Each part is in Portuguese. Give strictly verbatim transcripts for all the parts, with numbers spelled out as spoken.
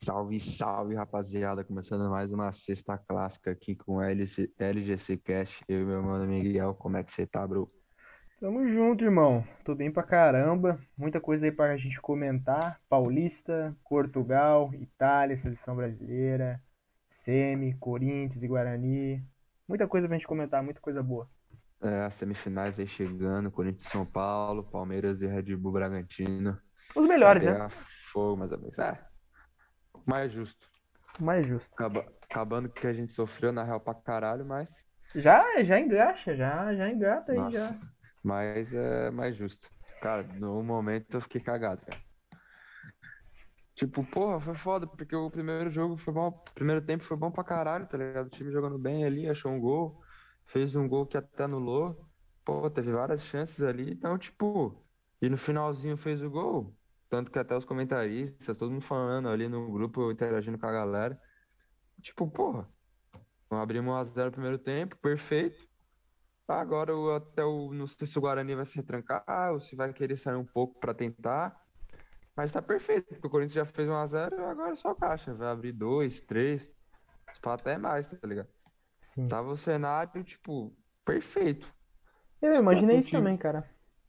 Salve, salve, rapaziada. Começando mais uma sexta clássica aqui com o L C L G C Cast. Eu e meu mano Miguel. Como é que você tá, bro? Tamo junto, irmão. Tô bem pra caramba. Muita coisa aí pra gente comentar. Paulista, Portugal, Itália, Seleção Brasileira, Semi, Corinthians e Guarani. Muita coisa pra gente comentar, muita coisa boa. É, as semifinais aí chegando. Corinthians e São Paulo, Palmeiras e Red Bull Bragantino. Os Vai melhores, né? pegar fogo mais ou menos. É, mais justo. O mais justo. Acaba- acabando que a gente sofreu na real pra caralho, mas... Já, já engaxa, já, já engata aí, Nossa, já. mas é mais justo. Cara, no momento eu fiquei cagado, cara. Tipo, porra, foi foda, porque o primeiro jogo foi bom, o primeiro tempo foi bom pra caralho, tá ligado? O time jogando bem ali, achou um gol, fez um gol que até anulou, pô, teve várias chances ali, então, tipo, e no finalzinho fez o gol, tanto que até os comentaristas, todo mundo falando ali no grupo, interagindo com a galera, tipo, porra, não abrimos um a zero no primeiro tempo, perfeito, agora o, até o, não sei se o Guarani vai se retrancar, ou se vai querer sair um pouco pra tentar, mas tá perfeito, porque o Corinthians já fez um a zero, agora é só caixa. Vai abrir dois, três, até mais, tá ligado? Sim. Tava o cenário, tipo, perfeito. Eu Só que imaginei o isso também, time, cara.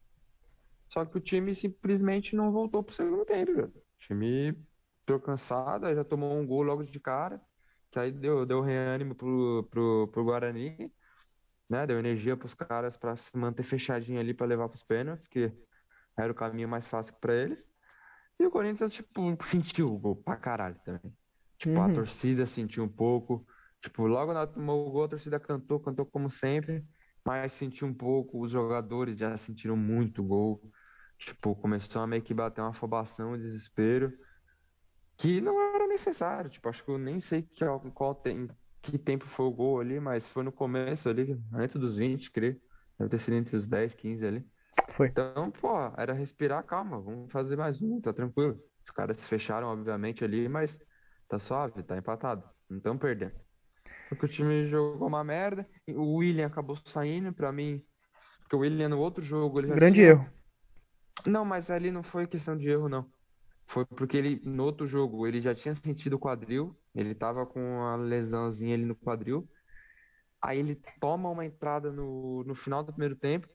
só que o time simplesmente não voltou pro segundo tempo, velho. O time tô cansado, aí já tomou um gol logo de cara, que aí deu, deu reânimo pro, pro, pro Guarani, né? Deu energia pros caras pra se manter fechadinho ali pra levar pros pênaltis, que era o caminho mais fácil pra eles. E o Corinthians, tipo, sentiu o gol pra caralho também. Tipo, a Uhum. torcida sentiu um pouco. Tipo, logo na tomou o gol, a torcida cantou, cantou como sempre, mas sentiu um pouco. Os jogadores já sentiram muito gol. Tipo, começou a meio que bater uma afobação, um desespero, que não era necessário. Tipo, acho que eu nem sei que, qual tem, que tempo foi o gol ali, mas foi no começo ali, antes dos vinte, creio. Deve ter sido entre os dez, quinze ali. Foi. Então, pô, era respirar, calma, vamos fazer mais um, tá tranquilo. Os caras se fecharam, obviamente, ali, mas tá suave, tá empatado. Não estão perdendo. Porque o time jogou uma merda. e O William acabou saindo, pra mim, porque o William no outro jogo ele já Grande tinha. erro. Não, mas ali não foi questão de erro, não. Foi porque ele, no outro jogo, ele já tinha sentido o quadril, ele tava com uma lesãozinha ali no quadril. Aí ele toma uma entrada no, no final do primeiro tempo.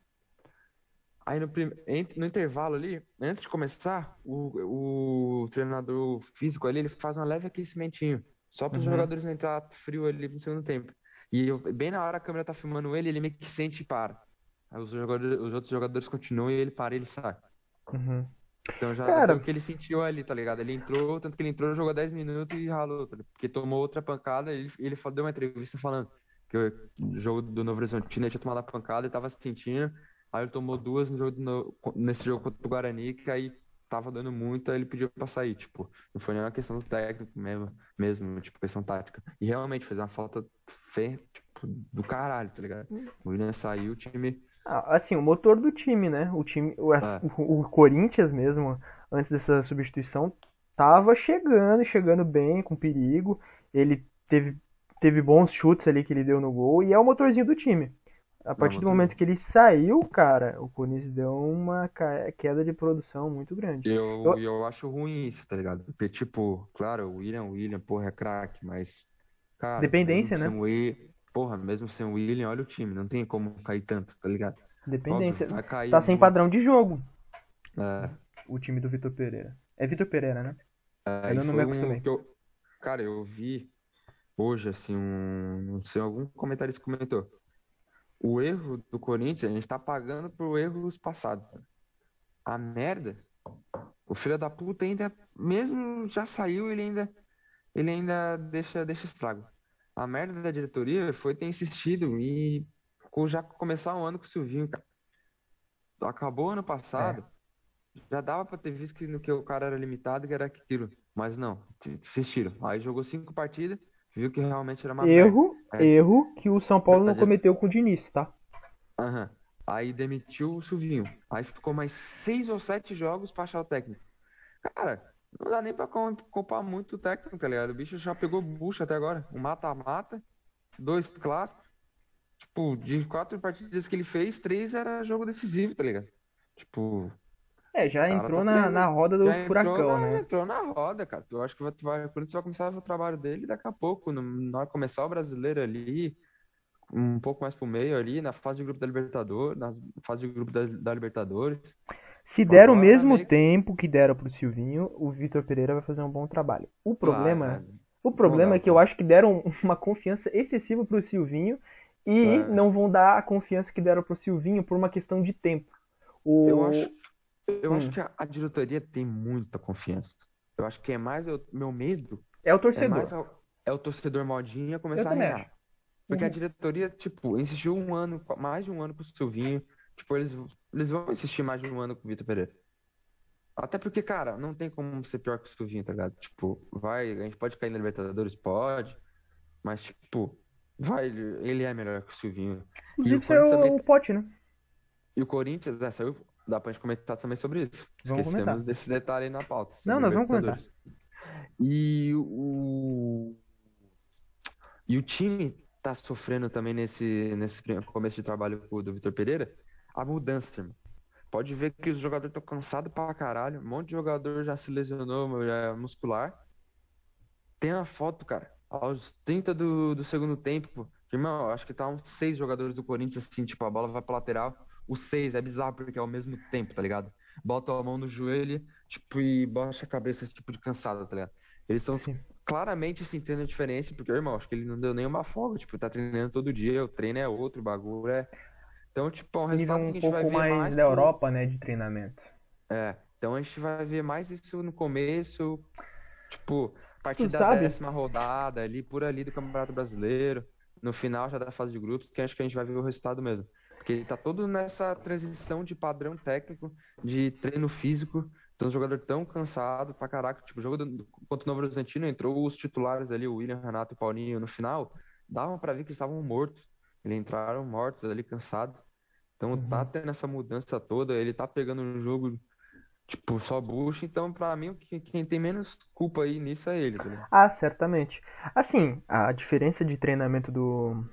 Aí no, prim- ent- no intervalo ali, antes de começar, o, o treinador físico ali, ele faz um leve aquecimentinho, só para os Uhum. jogadores não entrar frio ali no segundo tempo. E eu- bem na hora a câmera tá filmando ele, ele meio que sente e para. Aí os, jogadores, os outros jogadores continuam e ele para e ele sai. Uhum. Então já deu o Cara, que ele sentiu ali, tá ligado? Ele entrou, tanto que ele entrou, jogou dez minutos e ralou, tá ligado? Porque tomou outra pancada, ele, ele fa- deu uma entrevista falando que o jogo do Novo Horizontino ele tinha tomado a pancada e tava sentindo, aí ele tomou duas no jogo do No- nesse jogo contra o Guarani, que aí tava dando muito, aí ele pediu pra sair, tipo, não foi nem uma questão do técnico mesmo, mesmo, tipo, questão tática. E realmente fez uma falta feia, tipo, do caralho, tá ligado? O Willian saiu, o time... ah, assim, o motor do time, né? O time, o, as- É, o- o Corinthians mesmo, antes dessa substituição, tava chegando, chegando bem, com perigo. Ele teve, teve bons chutes ali que ele deu no gol e é o motorzinho do time. A não, partir do momento motorzinho. que ele saiu, cara, o Corinthians deu uma ca- queda de produção muito grande. Eu, Eu- eu acho ruim isso, tá ligado? Porque, tipo, claro, o William, o William, porra, é craque, mas, cara, mesmo dependência, sem né? o William, porra, mesmo sem o William, olha o time, não tem como cair tanto, tá ligado? Óbvio, Dependência. vai cair Tá sem ali. padrão de jogo É, o time do Vitor Pereira. É Vitor Pereira, né? é, e Ainda não me foi um acostumei. que eu, cara, eu vi hoje, assim, um, não sei, algum comentarista comentou. O erro do Corinthians, a gente tá pagando por erros passados. Tá? A merda, o filho da puta ainda, mesmo já saiu, ele ainda ele ainda deixa, deixa estrago. A merda da diretoria foi ter insistido e co- já começar o ano com o Silvinho, cara. Acabou ano É. passado, já dava pra ter visto que, no que o cara era limitado, que era aquilo. Mas não, insistiram. Aí jogou cinco partidas, viu que realmente era uma merda. Erro, Aí, erro que o São Paulo a não dire- cometeu com o Diniz, tá? Aham. Aí demitiu o Silvinho. Aí ficou mais seis ou sete jogos pra achar o técnico. Cara, não dá nem pra com- culpar muito o técnico, tá ligado? O bicho já pegou bucha até agora. Um mata-mata, dois clássicos. Tipo, de quatro partidas que ele fez, três era jogo decisivo, tá ligado? Tipo, É, O já cara entrou tá na, na treinando. roda do Já entrou furacão, na, já né? entrou na roda, cara. Eu acho que vai, vai, quando você vai começar a ver o trabalho dele daqui a pouco, no, na hora que começar o brasileiro ali, um pouco mais pro meio ali, na fase de grupo da Libertadores, na fase de grupo da, da Libertadores. Se O der o Abel vai mesmo meio que. tempo que deram pro Silvinho, o Vitor Pereira vai fazer um bom trabalho. O Vai, problema, vai. o Vão problema dar é o que eu tempo. acho que deram uma confiança excessiva pro Silvinho e É, não vão dar a confiança que deram pro Silvinho por uma questão de tempo. eu acho, O eu acho hum, que a, a diretoria tem muita confiança. Eu acho que é mais o meu medo, é o é torcedor. mais a- é o torcedor modinha Eu começar a também acho. reinar. Porque a Uhum. diretoria, tipo, insistiu um ano, mais de um ano com o Silvinho. Tipo, eles, eles vão insistir mais de um ano com o Vitor Pereira. Até porque, cara, não tem como ser pior que o Silvinho, tá ligado? Tipo, vai, a gente pode cair na Libertadores? Pode. Mas, tipo, vai, ele ele é melhor que o Silvinho. E o Inclusive Corinthians também. saiu o Pote, né? E o Corinthians, é, saiu, dá pra gente comentar também sobre isso. Vamos comentar. Esquecemos desse detalhe aí na pauta, Não, sobre nós vamos comentar. Libertadores. E o, e o time tá sofrendo também nesse, nesse prim- começo de trabalho com o do Vitor Pereira, a mudança, irmão. Pode ver que os jogadores estão cansados pra caralho. Um monte de jogador já se lesionou, já é muscular. Tem uma foto, cara, aos trinta do, do segundo tempo. Irmão, eu acho que tá uns seis jogadores do Corinthians, assim, tipo, a bola vai pra lateral. Os seis, é bizarro porque é ao mesmo tempo, tá ligado? Bota a mão no joelho, tipo, e baixa a cabeça, tipo, de cansado, tá ligado? Eles estão Sim. claramente sentindo a diferença, porque, irmão, acho que ele não deu nenhuma folga, tipo, tá treinando todo dia, o treino é outro, o bagulho é. Então, tipo, é um Nível resultado um que a gente vai pouco ver mais mais da pro. Europa, né, de treinamento. É, então a gente vai ver mais isso no começo, tipo, a partir Tu da sabe? décima rodada, ali por ali do Campeonato Brasileiro, no final já da fase de grupos, que acho que a gente vai ver o resultado mesmo. Porque ele tá todo nessa transição de padrão técnico, de treino físico, então o jogador tão cansado pra caraca, tipo, o jogo do, contra o Novo Horizontino entrou os titulares ali, o William, Renato e o Paulinho, no final, davam pra ver que eles estavam mortos. Eles entraram mortos ali, cansados. Então tá Uhum. tendo essa mudança toda, ele tá pegando um jogo, tipo, só bucha, então pra mim o que- quem tem menos culpa aí nisso é ele, tá ligado? Ah, certamente. Assim, a diferença de treinamento do,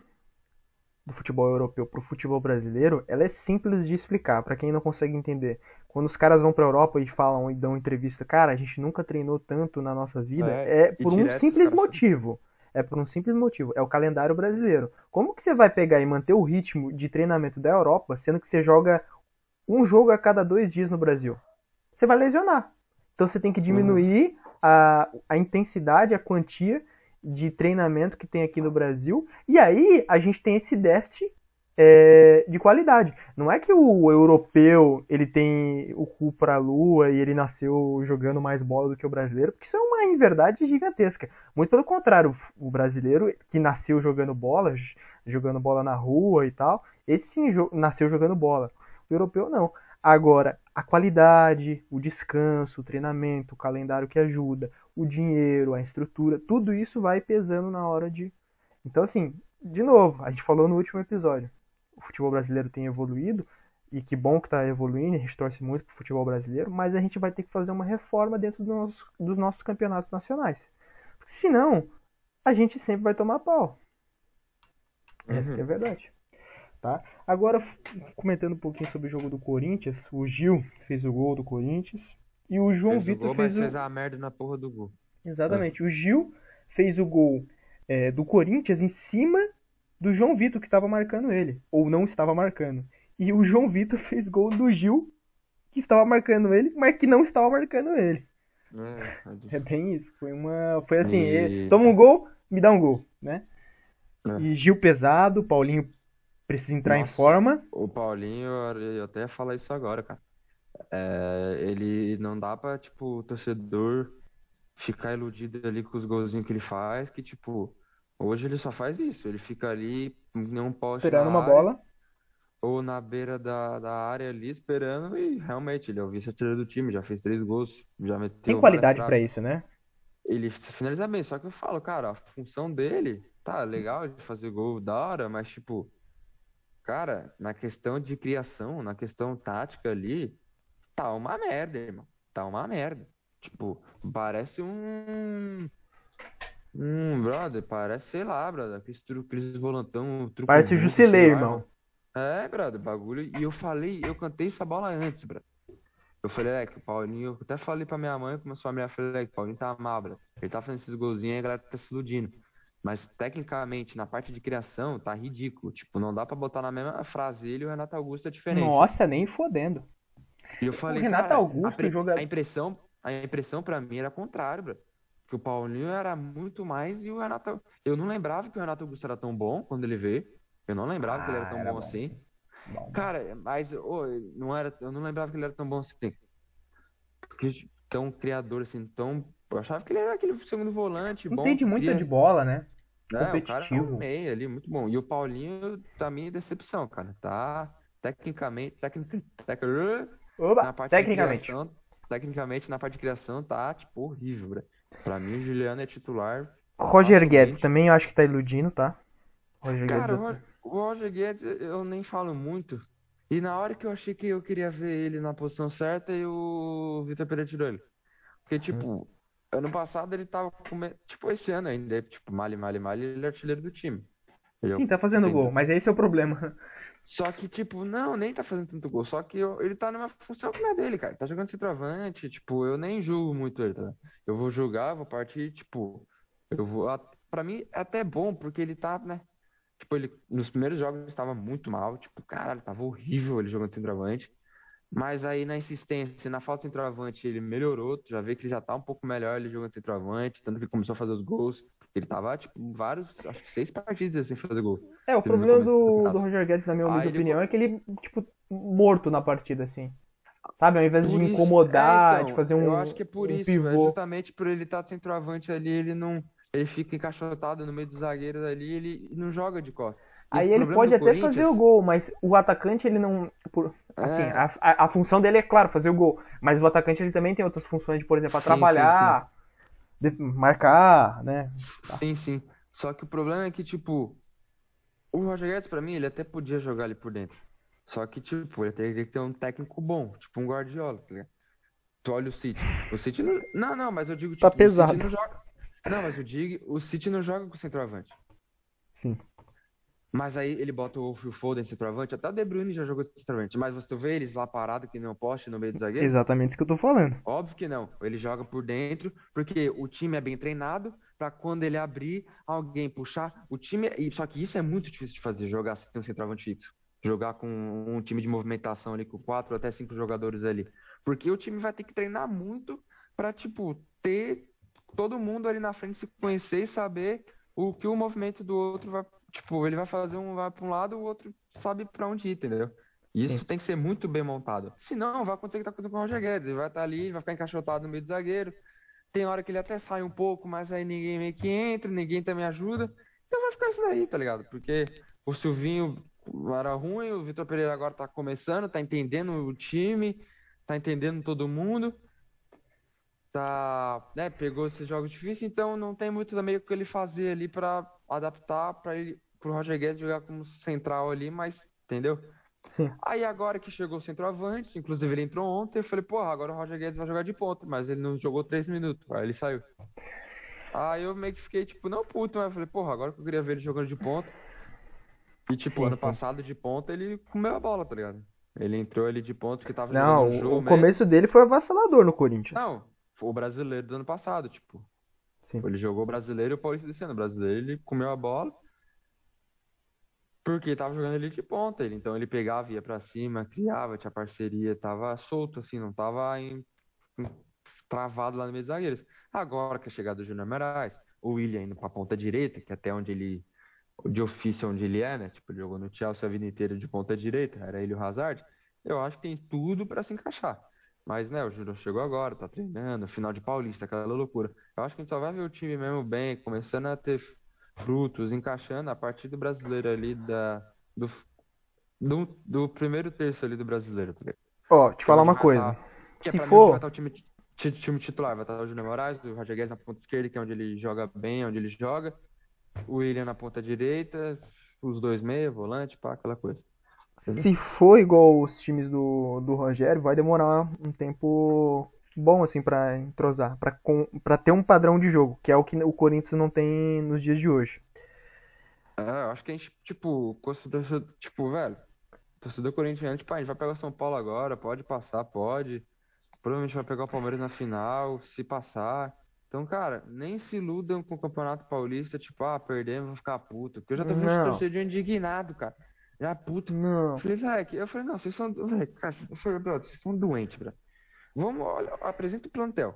do futebol europeu pro futebol brasileiro, ela é simples de explicar para quem não consegue entender. Quando os caras vão para a Europa e falam e dão entrevista, cara, a gente nunca treinou tanto na nossa vida, É, é e por um direto os simples caras falam. motivo. É por um simples motivo, é o calendário brasileiro. Como que você vai pegar e manter o ritmo de treinamento da Europa, sendo que você joga um jogo a cada dois dias no Brasil? Você vai lesionar. Então você tem que Uhum. diminuir a, a intensidade, a quantia de treinamento que tem aqui no Brasil. E aí a gente tem esse déficit é, de qualidade. Não é que o europeu ele tem o cu para a lua e ele nasceu jogando mais bola do que o brasileiro, porque isso é uma inverdade gigantesca. Muito pelo contrário, o brasileiro que nasceu jogando bola, jogando bola na rua e tal, esse sim nasceu jogando bola. O europeu não. Agora, a qualidade, o descanso, o treinamento, o calendário que ajuda, o dinheiro, a estrutura, tudo isso vai pesando na hora de. Então, assim, de novo, a gente falou no último episódio, o futebol brasileiro tem evoluído, e que bom que está evoluindo, a gente torce muito pro futebol brasileiro, mas a gente vai ter que fazer uma reforma dentro do nosso, dos nossos campeonatos nacionais. Porque senão, a gente sempre vai tomar pau. Essa que é a Uhum. verdade. Tá? Agora, comentando um pouquinho sobre o jogo do Corinthians, o Gil fez o gol do Corinthians e o João Fez o Vitor gol, fez mas o. fez a merda na porra do gol. Ah. Exatamente, o Gil fez o gol é, do Corinthians em cima do João Vitor, que estava marcando ele, ou não estava marcando. E o João Vitor fez gol do Gil, que estava marcando ele, mas que não estava marcando ele. É, pode- É bem isso. Foi uma. Foi assim, é, e toma um gol, me dá um gol, né? é. E Gil pesado, Paulinho precisa entrar em Nossa, forma. o Paulinho, eu até ia falar isso agora, cara. É, ele não dá pra, tipo, o torcedor ficar iludido ali com os golzinhos que ele faz, que, tipo, hoje ele só faz isso. Ele fica ali em um poste na Esperando uma área bola. ou na beira da, da área ali esperando e realmente ele é o vice-artilheiro do time, já fez três gols, já Tem meteu várias qualidade pra traves. isso, né? Ele finaliza bem, só que eu falo, cara, a função dele tá legal de fazer gol da hora, mas tipo, cara, na questão de criação, na questão tática ali, tá uma merda, irmão. Tá uma merda. Tipo, parece um. Um, brother, parece, sei lá, brother, aqueles, tru, aqueles volantão, truco Parece o burro, sei Jusilei, lá, irmão. irmão. É, brother, bagulho. E eu falei, eu cantei essa bola antes, brother. Eu falei, é, que o Paulinho, eu até falei pra minha mãe, com meus familiares, eu falei, é, que o Paulinho tá mal, bro. Ele tá fazendo esses golzinhos aí, a galera tá se iludindo. Mas, tecnicamente, na parte de criação, tá ridículo. Tipo, não dá pra botar na mesma frase ele e o Renato Augusto a diferença. Nossa, nem fodendo. E eu O falei, Renato cara, a, Augusto pre- a joga. impressão, a impressão para mim era contrário, bro. Que o Paulinho era muito mais e o Renato. Eu não lembrava que o Renato Augusto era tão bom quando ele veio. Eu não lembrava que ele era Ah, tão era bom bom, assim. sim. Bom, bom. Cara, mas ô, não era, eu não lembrava que ele era tão bom assim. Porque tão criador assim, tão. Eu achava que ele era aquele segundo volante bom Entende que muito de cria. bola, né? É, o cara é um Competitivo. meia ali, muito bom. E o Paulinho, pra mim, é decepção, cara. Tá tecnicamente, tecnica, tec- na Oba, parte de tecnicamente. criação, tecnicamente, na parte de criação, tá, tipo, horrível, bro. Pra mim, o Juliano é titular Roger Guedes facilmente. também eu acho que tá iludindo, tá? Roger Guedes Cara, o até. Ro- o Roger Guedes, eu nem falo muito. E na hora que eu achei que eu queria ver ele na posição certa, e o Vitor Pereira tirou ele. Porque, tipo, ano passado ele tava com. Tipo, esse ano ainda, tipo, male, male, male, ele é artilheiro do time. Ele é Sim, o- tá fazendo tem gol, mas esse é o problema. Só que, tipo, não, nem tá fazendo tanto gol. Só que eu- ele tá numa função que não é dele, cara. Tá jogando centroavante, tipo, eu nem julgo muito ele, tá? Eu vou julgar, vou partir, tipo, eu vou. a- Pra mim é até bom, porque ele tá, né? Tipo, ele nos primeiros jogos estava muito mal, tipo, caralho, tava horrível ele jogando centroavante. Mas aí na insistência, na falta de centroavante, ele melhorou. Tu já vê que ele já tá um pouco melhor ele jogando centroavante, tanto que ele começou a fazer os gols. Ele tava, tipo, vários, acho que seis partidas sem fazer gol. É, o No problema começo do do, do campeonato. Roger Guedes, na minha humilde Aí ele, opinião, é que ele, tipo, morto na partida, assim. Sabe, ao invés de por isso, é, incomodar, de então, fazer eu acho um, que é por um isso, é pivô. justamente por ele estar de centroavante ali, ele não, ele fica encaixotado no meio dos zagueiros ali, ele não joga de costas. E o Aí ele problema do pode até fazer o Corinthians, gol, mas o atacante, ele não. Por, assim, é, a, a, a função dele é, claro, fazer o gol. Mas o atacante, ele também tem outras funções de, por exemplo, sim, sim, sim, atrapalhar, de- marcar, né? Tá. sim, sim. Só que o problema é que, tipo, o Roger Guedes, pra mim, ele até podia jogar ali por dentro. Só que, tipo, ele teria que ter um técnico bom, tipo um Guardiola, tá ligado? Tu olha o City. O City não. Não, não, mas eu digo, Tá tipo, o City pesado. não joga. Não, mas eu digo, o City não joga com centroavante. Sim. Mas aí ele bota o Phil Foden de centroavante, até o De Bruyne já jogou de centroavante. Mas você vê eles lá parados que nem um poste no meio do zagueiro? Exatamente isso que eu tô falando. Óbvio que não. Ele joga por dentro, porque o time é bem treinado para quando ele abrir, alguém puxar. O time. e- Só que isso é muito difícil de fazer, jogar sem um centroavante fixo. Jogar com um time de movimentação ali, com quatro até cinco jogadores ali. Porque o time vai ter que treinar muito para, tipo, ter todo mundo ali na frente se conhecer e saber o que o movimento do outro vai. Tipo, ele vai fazer um, vai para um lado, o outro sabe para onde ir, entendeu? Sim. Isso tem que ser muito bem montado. Senão, vai acontecer o que tá acontecendo com o Roger Guedes. Ele vai estar ali, vai ficar encaixotado no meio do zagueiro. Tem hora que ele até sai um pouco, mas aí ninguém meio que entra, ninguém também ajuda. Então vai ficar isso daí, tá ligado? Porque o Silvinho era ruim, o Vitor Pereira agora tá começando, tá entendendo o time, tá entendendo todo mundo, tá, né, pegou esses jogos difíceis, então não tem muito também o que ele fazer ali pra adaptar para ele pro Roger Guedes jogar como central ali, mas entendeu? Sim. Aí agora que chegou o centroavante, inclusive ele entrou ontem, eu falei, porra, agora o Roger Guedes vai jogar de ponta, mas ele não jogou três minutos, aí ele saiu. Aí eu meio que fiquei, tipo, não puto, mas eu falei, porra, agora que eu queria ver ele jogando de ponta. E, tipo, Sim, ano sim. passado de ponta ele comeu a bola, tá ligado? Ele entrou ali de ponta que tava jogando Não, o o, Jô o mesmo. começo dele foi avassalador no Corinthians. Não, foi o brasileiro do ano passado, tipo. Sim. Ele jogou o brasileiro e o Paulista desse ano. O brasileiro ele comeu a bola porque tava jogando ali de ponta. Ele, então ele pegava, ia pra cima, criava, tinha parceria, tava solto, assim, não tava em travado lá no meio dos zagueiros. Agora que a chegada do Júnior Moraes, o William indo pra ponta direita, que é até onde ele, de ofício onde ele é, né? Tipo, ele jogou no Chelsea a vida inteira de ponta direita, era ele e o Hazard. Eu acho que tem tudo pra se encaixar. Mas, né, o Júnior chegou agora, tá treinando, final de Paulista, aquela loucura. Eu acho que a gente só vai ver o time mesmo bem, começando a ter frutos, encaixando a partir do brasileiro ali, da, do, do, do primeiro terço ali do brasileiro, tá ligado? Ó, te Que é falar onde uma vai coisa. estar. Que é Se pra mim onde vai for, estar o time, ti- time titular. Vai estar o Júnior Moraes, o Roger Guedes na ponta esquerda, que é onde ele joga bem, onde ele joga. O William na ponta direita. Os dois meia, volante, pá, aquela coisa. Entendeu? se for igual os times do, do Rogério, vai demorar um tempo bom assim pra entrosar, pra com- pra ter um padrão de jogo, que é o que o Corinthians não tem nos dias de hoje. É, eu acho que a gente, tipo, torcedor, tipo, velho, torcedor corintiano, tipo, ah, a gente vai pegar o São Paulo agora, pode passar, pode. Provavelmente vai pegar o Palmeiras na final, se passar. Então, cara, nem se iludam com o Campeonato Paulista, tipo, ah, perdemos, vou ficar puto. Porque eu já tô vendo Não, torcedor indignado, cara. Já puto. não. Falei, velho, que- eu falei, não, vocês são, velho, cara, eu falei, brother, vocês são doentes, bro. Vamos, olha, apresenta o plantel.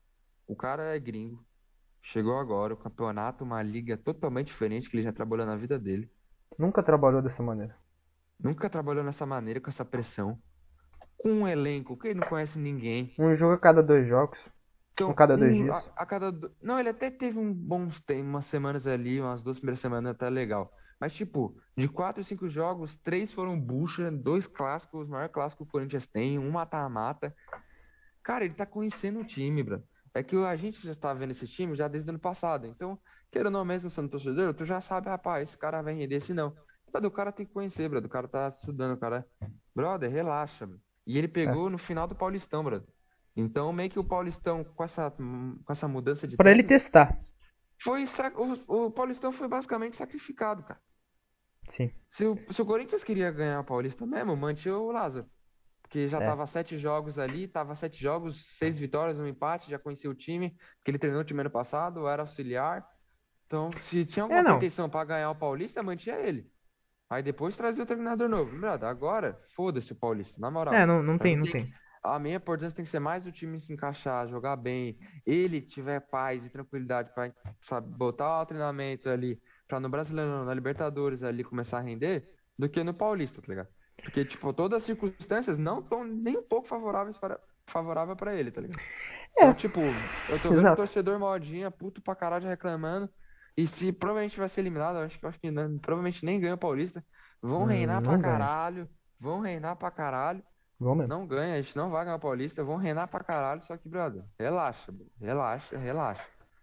O cara é gringo, chegou agora, o campeonato, uma liga totalmente diferente que ele já trabalhou na vida dele. Nunca trabalhou dessa maneira. Nunca trabalhou nessa maneira, com essa pressão. Com um elenco que ele não conhece ninguém. Um jogo a cada dois jogos. Um a Então, cada dois um, a, dias. a cada. do- Não, ele até teve um bons tem umas semanas ali, umas duas primeiras semanas até legal. Mas, tipo, de quatro, cinco jogos, três foram bucha, dois clássicos, o maior clássico que o Corinthians tem, um mata-mata. Cara, ele tá conhecendo o time, bro. É que a gente já tá vendo esse time já desde o ano passado. Então, querendo ou não, mesmo sendo torcedor, tu já sabe, rapaz, esse cara vai render, esse não. Mas o cara tem que conhecer, brother. O cara tá estudando, o cara. Brother, relaxa, bro. E ele É. pegou no final do Paulistão, brother. Então, meio que o Paulistão, com essa, com essa mudança de Pra ele técnico, testar. foi. sa- O, o Paulistão foi basicamente sacrificado, cara. Sim. Se o, se o Corinthians queria ganhar o Paulista mesmo, mantinha o Lázaro. Porque já É. tava sete jogos ali, tava sete jogos, seis vitórias, um empate, já conhecia o time, que ele treinou o time ano passado, era auxiliar. Então, se tinha É, alguma não. pretensão pra ganhar o Paulista, mantinha ele. Aí depois trazia o treinador novo. Brother, agora, foda-se o Paulista, na É, moral. não, não Pra tem, mim não tem que. tem. A minha importância tem que ser mais o time se encaixar, jogar bem. Ele tiver paz e tranquilidade pra, sabe, botar o treinamento ali, pra no Brasileirão, na Libertadores ali começar a render, do que no Paulista, tá ligado? Porque, tipo, todas as circunstâncias não estão nem um pouco favoráveis para favorável pra ele, tá ligado? Então, É, tipo, eu tô vendo o exato. torcedor modinha, puto pra caralho, reclamando. E se provavelmente vai ser eliminado, eu acho que eu acho que não- provavelmente nem ganha o Paulista. Vão Hum, reinar pra Não ganha. caralho. Vão reinar pra caralho. Vamos mesmo. Não ganha, a gente não vai ganhar o Paulista. Vão reinar pra caralho. Só que, brother, relaxa, bro. Relaxa, relaxa.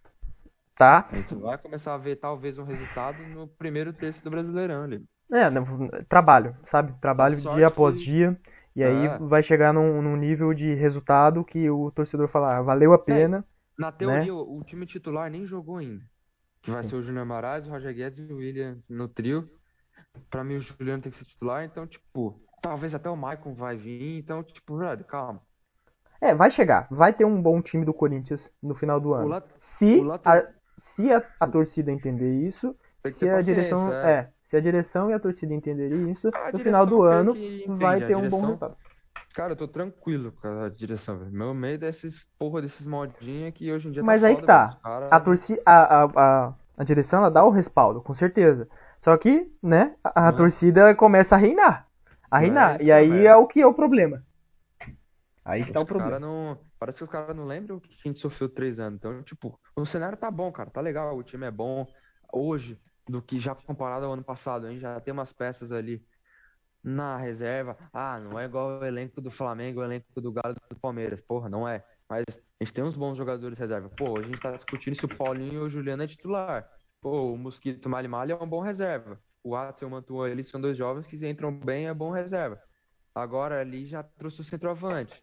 Tá? A gente vai começar a ver talvez um resultado no primeiro terço do Brasileirão ali. É, não, trabalho, sabe? A Trabalho dia sorte após que. dia. E aí É. vai chegar num, num nível de resultado que o torcedor falar, ah, valeu a É, pena, na né? teoria, o, o time titular nem jogou ainda. Que vai Sim. ser o Júnior Moraes, o Roger Guedes e o William no trio. Pra mim, o Juliano tem que ser titular. Então, tipo, talvez até o Maicon vai vir. Então, tipo, brother, calma. É, vai chegar. Vai ter um bom time do Corinthians no final do O, ano. lat o Se a, lateral se a, a torcida entender isso, tem que ter se a paciência, direção, é. é, se a direção e a torcida entenderem isso, A no final direção, do creio ano que vai entende. A ter um bom direção, resultado. cara, eu tô tranquilo com a direção, velho. Meu medo é esses porra desses modinha que hoje em dia tá Mas aí que foda, velho. Os tá. A caras torcida, a, a, a, a direção ela dá o respaldo, com certeza. Só que, né, a, a não. torcida começa a reinar. A É reinar. isso E mesmo, aí é. é o que é o problema. Aí que tá Os o problema. caras não. Parece que os caras não lembram o que a gente sofreu três anos. Então, tipo, o cenário tá bom, cara. Tá legal. O time é bom. Hoje, do que já comparado ao ano passado, a gente já tem umas peças ali na reserva. Ah, não é igual o elenco do Flamengo, o elenco do Galo e do Palmeiras. Porra, não é. Mas a gente tem uns bons jogadores de reserva. Pô, a gente tá discutindo se o Paulinho ou o Juliano é titular. Pô, o Mosquito Mali Mali é um bom reserva. O Watson e o Mantua, eles são dois jovens que entram bem, é bom reserva. Agora ali já trouxe o centroavante.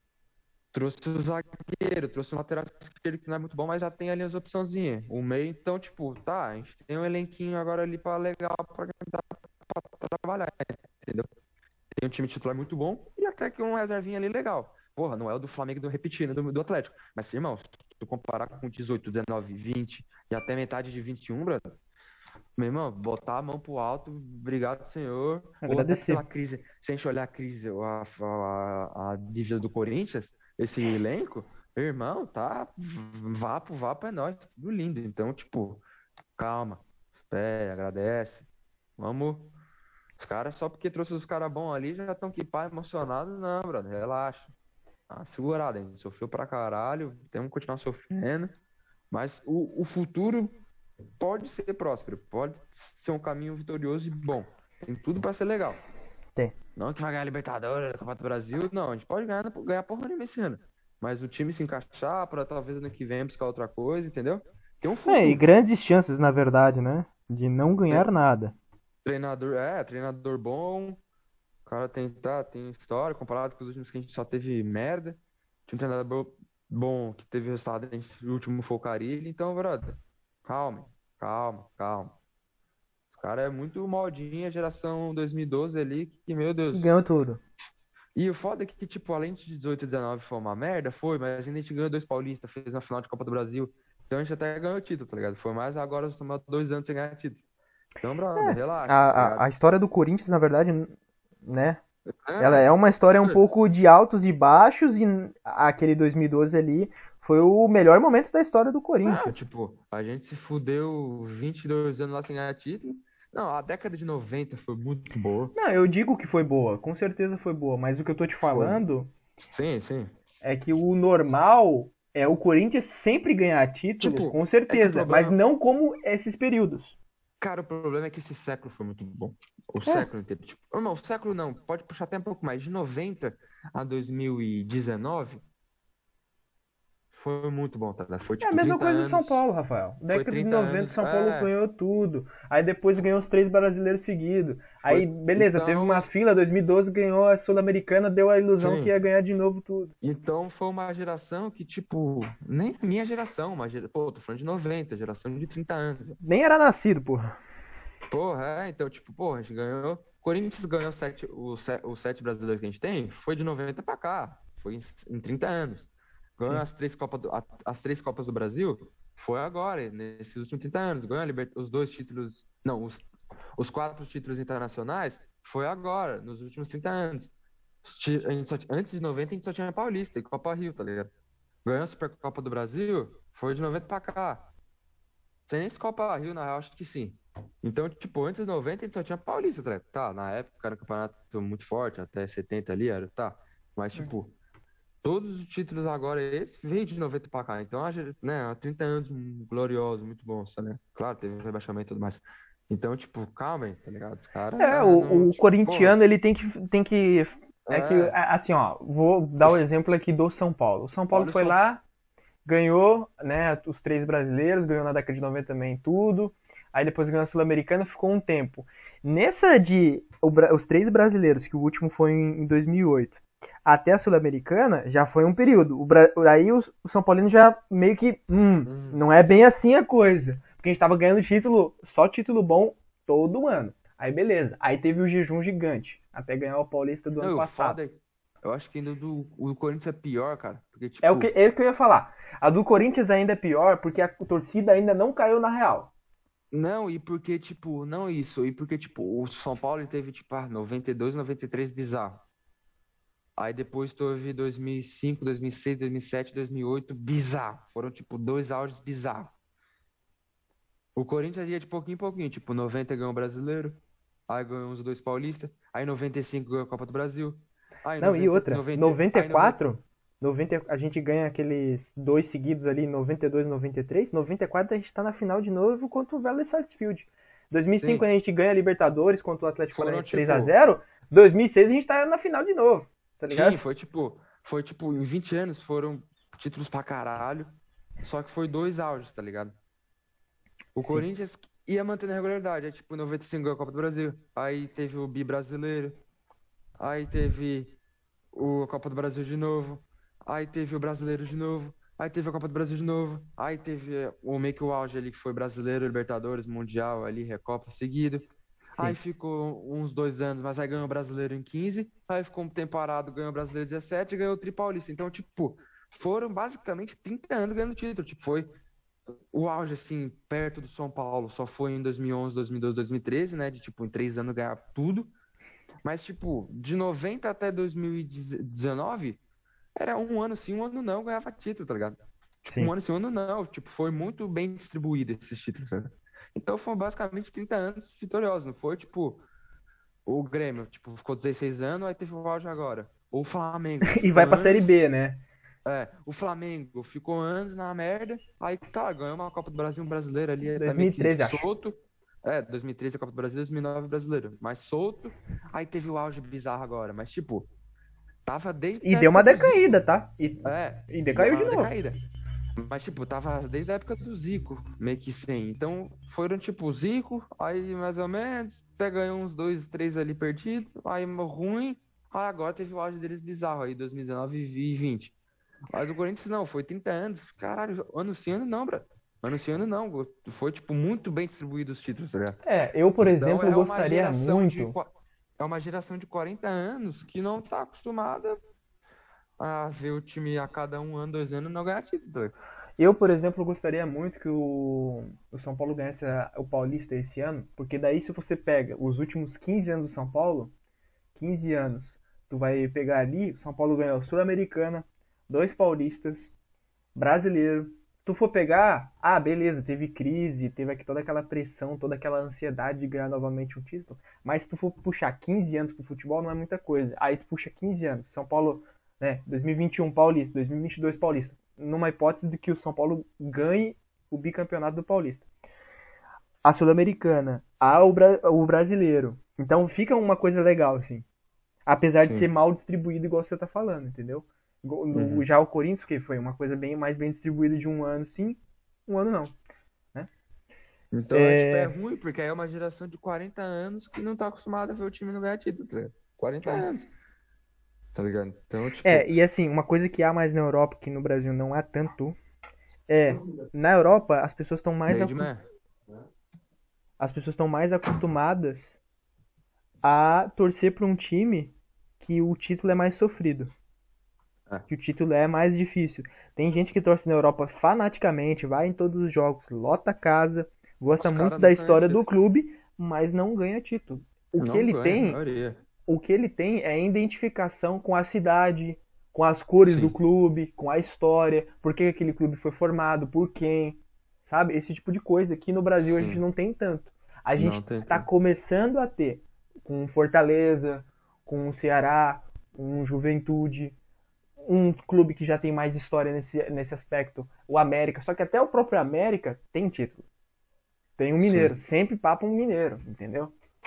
Trouxe o zagueiro, trouxe o lateral esquerdo que não é muito bom, mas já tem ali as opçãozinhas. O meio, então, tipo, tá, a gente tem um elenquinho agora ali pra legal pra trabalhar, entendeu? Tem um time titular muito bom e até que um reservinha ali legal. Porra, não é o do Flamengo do repetindo, do, do Atlético. Mas, irmão, se tu comparar com dezoito, dezenove, vinte e até metade de vinte e um, brother, meu irmão, botar a mão pro alto, obrigado, senhor. Ou até pela Agradecer. crise, se a gente olhar a crise, a, a, a dívida do Corinthians, esse elenco, meu irmão, tá vapo, vapo é nóis, tudo lindo. Então, tipo, calma, espera, agradece. Vamos. Os caras, só porque trouxe os caras bons ali, já estão que pá, emocionados. Não, brother, relaxa. Ah, segurada, a gente sofreu pra caralho, temos que continuar sofrendo. Mas o, o futuro pode ser próspero, pode ser um caminho vitorioso e bom. Tem tudo pra ser legal. Tem. Não que vai ganhar Libertadores, Copa do Brasil, não. A gente pode ganhar, ganhar porra nenhuma esse ano. Mas o time se encaixar pra talvez ano que vem buscar outra coisa, entendeu? Tem um É, e futuro. grandes chances, na verdade, né? De não Tem ganhar nada. treinador, é, treinador bom. O cara tem, tá, tem história, comparado com os últimos que a gente só teve merda. Tinha um treinador bo- bom que teve resultado, a gente- o último foi o Carille. Então, brother, calma, calma, calma. Os caras é muito modinha, geração dois mil e doze ali, que, meu Que Deus, ganhou tudo. E o foda é que, tipo, além de dezoito e dezenove foi uma merda, foi, mas ainda a gente ganhou dois paulistas, fez uma final de Copa do Brasil. Então a gente até ganhou o título, tá ligado? Foi mais agora nós estamos há dois anos sem ganhar título. Então, brother, relaxa, tá A, a, ligado? a história do Corinthians, na verdade, né? Ela Ah, é uma história um pouco de altos e baixos, e aquele dois mil e doze ali foi o melhor momento da história do ah, Corinthians. tipo, a gente se fudeu vinte e dois anos lá sem ganhar título. Não, a década de noventa foi muito boa. Não, eu digo que foi boa, com certeza foi boa, mas o que eu tô te Foi. falando Sim, sim. é que o normal é o Corinthians sempre ganhar título, Tipo, com é que o certeza, mas problema. não como esses períodos. Cara, o problema é que esse século foi muito bom. O É, século inteiro. Tipo, não, o século não, pode puxar até um pouco mais. De noventa a dois mil e dezenove foi muito bom, tá ligado? Foi é a tipo mesma trinta coisa do São anos. Paulo, Rafael. Foi Década de trinta noventa, anos. São Paulo É, ganhou tudo. Aí depois ganhou os três brasileiros seguidos. Aí, foi. beleza, teve Então, uma fila, dois mil e doze ganhou a Sul-Americana, deu a ilusão que sim. ia ganhar de novo tudo. Então foi uma geração que, tipo, nem a minha geração, uma gera... pô, tô falando de noventa, geração de trinta anos. Nem era nascido, porra. Porra, é, então, tipo, porra, a gente ganhou. Corinthians ganhou sete, o, se- os sete brasileiros que a gente tem, foi de noventa pra cá, foi em, em trinta anos. Ganhou Sim. as três Copas do, a- as três Copas do Brasil, foi agora, nesses últimos trinta anos. Ganhou a liber- os dois títulos, não, os, os quatro títulos internacionais, foi agora, nos últimos trinta anos. Os ti- a gente só ti- antes de noventa a gente só tinha Paulista e Copa Rio, tá ligado? Ganhou a Supercopa do Brasil, foi de noventa pra cá. Tem nem esse Copa Rio, na real, acho que sim. Então, tipo, antes de noventa a gente só tinha Paulista, tá ligado? Tá, na época era um campeonato muito forte, até setenta ali, era, tá. Mas, tipo, todos os títulos agora, esse veio de noventa pra cá. Então, a gente, né, há trinta anos um glorioso, muito bom, né? Claro, teve rebaixamento e tudo mais. Então, tipo, calma aí, tá ligado? Os caras É, não, o, o tipo, porra, corintiano ele tem que, tem que. É que, é, assim, ó, vou dar o exemplo aqui do São Paulo. O São Paulo olha o foi São lá, ganhou, né, os três brasileiros, ganhou na década de noventa também tudo. Aí depois ganhou a Sul-Americana, ficou um tempo. Nessa de o os três brasileiros, que o último foi em dois mil e oito, até a Sul-Americana, já foi um período. O, aí o, o São Paulino já meio que, hum, Hum. não é bem assim a coisa. Porque a gente tava ganhando título, só título bom todo ano. Aí beleza. Aí teve o jejum gigante, até ganhar o Paulista do ano Não, o passado. foda é, eu acho que ainda do, o Corinthians é pior, cara. Porque, É o que, tipo, é o que eu ia falar. A do Corinthians ainda é pior porque a torcida ainda não caiu na real. não, e porque, tipo, não isso, e porque, tipo, o São Paulo ele teve, tipo, ah, noventa e dois, noventa e três bizarro. Aí depois teve dois mil e cinco, dois mil e seis, dois mil e sete, dois mil e oito, bizarro. Foram, tipo, dois auges bizarros. O Corinthians ia de pouquinho em pouquinho, tipo, noventa ganhou o Brasileiro, aí ganhou uns dois paulistas, aí noventa e cinco ganhou a Copa do Brasil, aí Não, e noventa, outra, noventa, aí noventa, noventa e quatro, noventa, a gente ganha aqueles dois seguidos ali, noventa e dois e noventa e três, noventa e quatro a gente tá na final de novo contra o Vélez Sarsfield. dois mil e cinco sim, a gente ganha a Libertadores contra o Atlético foram, Paranaense três a tipo, zero, dois mil e seis a gente tá na final de novo, tá sim, ligado? foi, tipo, foi, tipo, em vinte anos foram títulos pra caralho, só que foi dois auges, tá ligado? O Sim, Corinthians ia mantendo a regularidade. Aí, tipo, em noventa e cinco ganhou a Copa do Brasil. Aí teve o Bi brasileiro. Aí teve o a Copa do Brasil de novo. Aí teve o brasileiro de novo. Aí teve a Copa do Brasil de novo. Aí teve eh, o meio que o auge ali, que foi brasileiro, Libertadores, Mundial, ali, Recopa seguido. Aí sim. ficou uns dois anos, mas aí ganhou o brasileiro em quinze. Aí ficou um tempo parado, ganhou o brasileiro em dezessete e ganhou o Tri Paulista. Então, tipo, foram basicamente trinta anos ganhando título. Tipo, foi o auge, assim, perto do São Paulo só foi em dois mil e onze, dois mil e doze, dois mil e treze, né? De, tipo, em três anos ganhar tudo. Mas, tipo, de noventa até dois mil e dezenove, era um ano sim, um ano não, ganhava título, tá ligado? Tipo, um Sim. ano sim, um ano não. Tipo, foi muito bem distribuído esses títulos, tá ligado? Então, foram basicamente trinta anos vitoriosos. Não foi, tipo, o Grêmio, tipo, ficou dezesseis anos, aí teve o auge agora. Ou o Flamengo, que E ficou vai pra Série anos. B, né? É, o Flamengo ficou anos na merda, aí tá, ganhou uma Copa do Brasil, um brasileiro ali, até meio que dois mil e treze, acho. solto. É, dois mil e treze a Copa do Brasil, dois mil e nove brasileiro, mas solto. Aí teve o auge bizarro agora, mas tipo, tava desde E a deu uma época do decaída, Zico. tá? E, É, e e deu decaiu de uma novo. decaída. Mas, tipo, tava desde a época do Zico, meio que sem. Então, foram, tipo, Zico, aí mais ou menos, até ganhou uns dois, três ali perdidos, aí ruim, aí agora teve o auge deles bizarro aí, dois mil e dezenove e vinte. Mas o Corinthians não, foi trinta anos. Caralho, ano sim, ano não, bro. Ano sim, ano não. Foi, tipo, muito bem distribuído os títulos, tá ligado? É, eu, por Então exemplo, é uma gostaria geração de. muito. é uma geração de quarenta anos que não tá acostumada a ver o time a cada um ano, dois anos não ganhar título. Eu, por exemplo, gostaria muito que o, o São Paulo ganhasse a- o Paulista esse ano, porque daí se você pega os últimos quinze anos do São Paulo, quinze anos, tu vai pegar ali, o São Paulo ganhou Sul-Americana, dois paulistas, brasileiro. Tu for pegar, ah, beleza, teve crise, teve aqui toda aquela pressão, toda aquela ansiedade de ganhar novamente um título, mas se tu for puxar quinze anos pro futebol, não é muita coisa. Aí tu puxa quinze anos, São Paulo, né, dois mil e vinte e um Paulista, dois mil e vinte e dois Paulista, numa hipótese de que o São Paulo ganhe o bicampeonato do Paulista. A Sul-Americana, a o, Bra- o brasileiro. Então fica uma coisa legal, assim. Apesar de ser Sim. mal distribuído, igual você tá falando, entendeu? No- Uhum. Já o Corinthians, que foi uma coisa bem mais bem distribuída de um ano sim, um ano não, né? Então é tipo, é É, ruim, porque aí é uma geração de quarenta anos que não tá acostumada a ver o time não ganhar título, tá ligado? quarenta anos, tá ligado? Então, tipo, é, e assim, uma coisa que há mais na Europa que no Brasil não há tanto é, na Europa as pessoas estão mais Neide acos- Man. as pessoas estão mais acostumadas a torcer para um time que o título é mais sofrido, É. que o título é mais difícil. Tem gente que torce na Europa fanaticamente, vai em todos os jogos, lota a casa, gosta Os muito caras da não ganham história do título. clube, mas não ganha título. O que Não ele ganha, a tem, maioria. o que ele tem é a identificação com a cidade, com as cores do Sim, clube, com a história, por que aquele clube foi formado, por quem, sabe? Esse tipo de coisa que no Brasil a gente sim. não tem tanto. A Não gente tem está tanto. começando a ter com Fortaleza, com o Ceará, com Juventude, um clube que já tem mais história nesse, nesse aspecto, o América. Só que até o próprio América tem título. Tem um mineiro, Sim, sempre papa um mineiro, entendeu?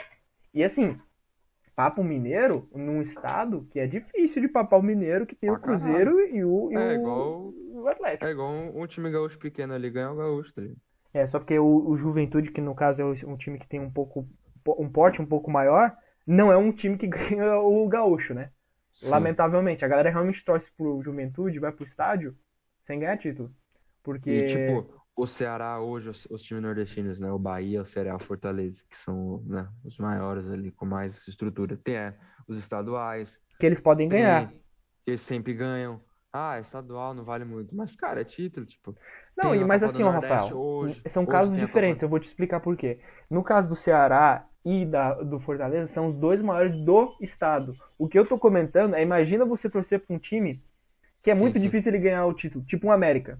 E assim, papa um mineiro num estado que é difícil de papar o mineiro, que tem o pra caralho. Cruzeiro e o, e É o, igual, o é Atlético. igual um, um time gaúcho pequeno ali ganha o gaúcho, tá ligado? É, só porque o, o Juventude, que no caso é um time que tem um pouco um porte um pouco maior, não é um time que ganha o gaúcho, né? Sim. Lamentavelmente, a galera realmente torce pro Juventude, vai pro estádio sem ganhar título. E, Porque tipo, o Ceará hoje, os, os times nordestinos, né? O Bahia, o Ceará, o Fortaleza, que são, né, os maiores ali, com mais estrutura. Tem, é, os estaduais, que eles podem ganhar. tem, que eles sempre ganham. Ah, estadual não vale muito. Mas, cara, é título, tipo. Não, Tem e a mas Copa do assim, ó, Nordeste Rafael, hoje. são Hoje casos tem a Copa. diferentes, eu vou te explicar por quê. No caso do Ceará e da, do Fortaleza, são os dois maiores do estado. O que eu tô comentando é, imagina você torcer pra um time que é Sim, muito sim. difícil ele ganhar o título, tipo um América.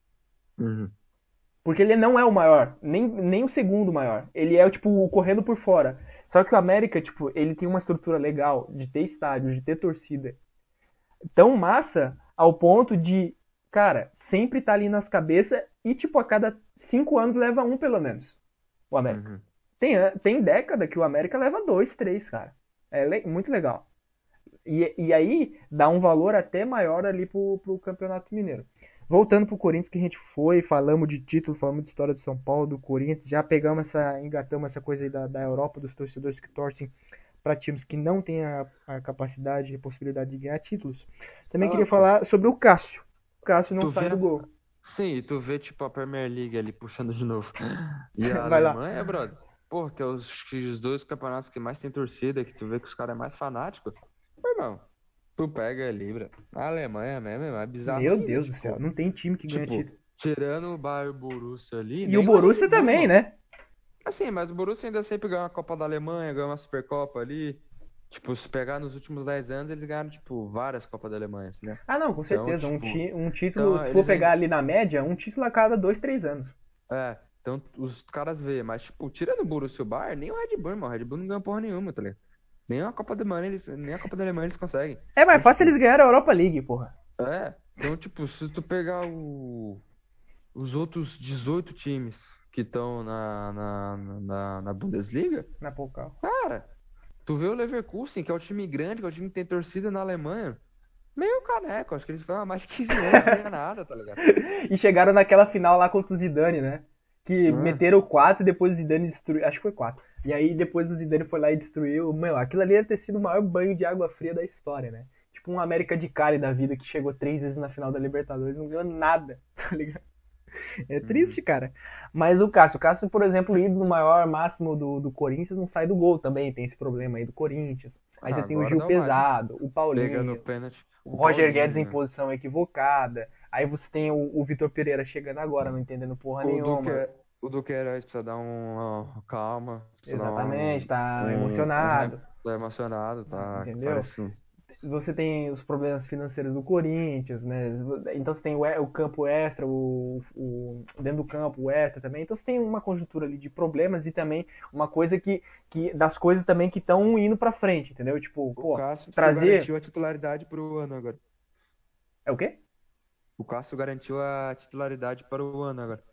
Uhum. Porque ele não é o maior, nem, nem o segundo maior. Ele é, tipo, o correndo por fora. Só que o América, tipo, ele tem uma estrutura legal de ter estádio, de ter torcida. Tão massa ao ponto de, cara, sempre tá ali nas cabeças e, tipo, a cada cinco anos leva um, pelo menos, o América. Uhum. Tem, tem década que o América leva dois, três, cara. É le- muito legal. E, e aí dá um valor até maior ali pro, pro Campeonato Mineiro. Voltando pro Corinthians, que a gente foi, falamos de título, falamos de história do São Paulo, do Corinthians, já pegamos essa, engatamos essa coisa aí da, da Europa, dos torcedores que torcem para times que não têm a, a capacidade e a possibilidade de ganhar títulos. Também queria Ah, falar sobre o Cássio. O Cássio não tu sai vê. do gol. Sim, e tu vê, tipo, a Premier League ali puxando de novo. E a Vai lá. Alemanha, brother. Pô, que é os, que os dois campeonatos que mais tem torcida, que tu vê que os caras é mais fanático. Meu irmão, tu pega ali, bro. A Alemanha mesmo é mais bizarro Meu ainda. Deus do céu, Tipo, não tem time que ganha tipo, título. tirando o Bayern e o Borussia ali, E o nem o Red Borussia Bull, também, irmão. né? Assim, mas o Borussia ainda sempre ganha uma Copa da Alemanha, ganha uma Supercopa ali. Tipo, se pegar nos últimos dez anos, eles ganharam, tipo, várias Copas da Alemanha, assim, né? Ah, não, com Então, certeza. Um, tipo, ti, um título, então se for eles pegar ainda. ali na média, um título a cada dois, três anos. É, então os caras vê, mas, tipo, tirando o Borussia e o Bayern, nem o Red Bull, irmão. O Red Bull não ganha porra nenhuma, tá ligado? Nem a Copa da Alemanha eles, nem a Copa da Alemanha eles conseguem. É mais Então, fácil eles tipo, ganharem a Europa League, porra. é. Então, tipo, se tu pegar o, os outros dezoito times que estão na, na, na, na Bundesliga, Na Pokal. cara, tu vê o Leverkusen, que é o time grande, que é o time que tem torcida na Alemanha. Meio caneco, acho que eles estão há mais de quinze anos sem ganhar nada, tá ligado? E chegaram naquela final lá contra o Zidane, né? Que É, meteram quatro e depois o Zidane destruiu. Acho que foi quatro. E aí depois o Zidane foi lá e destruiu. Meu, aquilo ali ia ter sido o maior banho de água fria da história, né? Tipo um América de Cali da vida que chegou três vezes na final da Libertadores e não ganhou nada, tá ligado? É Uhum. triste, cara. Mas o Cássio, o Cássio, por exemplo, ídolo maior máximo do, do Corinthians, não sai do gol também. Tem esse problema aí do Corinthians. Aí Ah, você tem o agora Gil não mais, né? Pesado, o Pegando o Paulinho, pênalti. o O Roger Guedes em Paulinho. posição equivocada. Aí você tem o, o Vitor Pereira chegando agora, não entendendo porra O Duque, nenhuma. é- o Duqueiroz precisa dar um, ó, calma, precisa dar Exatamente, um, tá um, um ré- emocionado, tá emocionado, tá? entendeu? Parece um. Você tem os problemas financeiros do Corinthians, né? Então você tem o, o campo extra, o, o- dentro do campo o extra também. Então você tem uma conjuntura ali de problemas e também uma coisa que, que das coisas também que estão indo pra frente, entendeu? Tipo, O pô, Cássio, tipo, trazer garantiu a titularidade pro ano agora. é o quê? O Cássio garantiu a titularidade para o ano agora.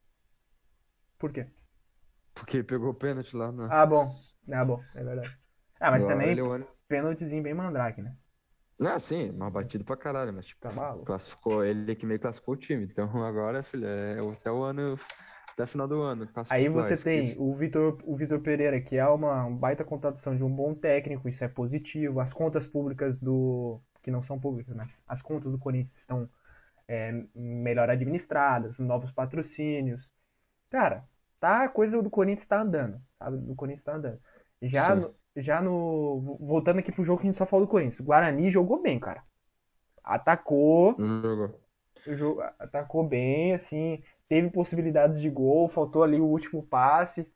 Por quê? Porque ele pegou o pênalti lá na. Ah, bom. Ah, bom, é verdade. Ah, mas Agora também ele é o ano. pênaltizinho bem mandrake, né? Ah, sim, mal batido pra caralho, mas tipo, Tá maluco. classificou ele que meio classificou o time. Então agora, filho, é até o ano, até final do ano, Aí classificou lá, você tem esqueci. o Vitor, o Vitor Pereira, que é uma baita contratação de um bom técnico, isso é positivo. As contas públicas do. Que não são públicas, mas as contas do Corinthians estão é, melhor administradas, novos patrocínios. Cara, tá, a coisa do Corinthians tá andando, sabe? Do Corinthians tá andando. Já Sim. no, já no. Voltando aqui pro jogo que a gente só falou do Corinthians. O Guarani jogou bem, cara. Atacou, Não jogou. jo- atacou bem, assim, teve possibilidades de gol, faltou ali o último passe.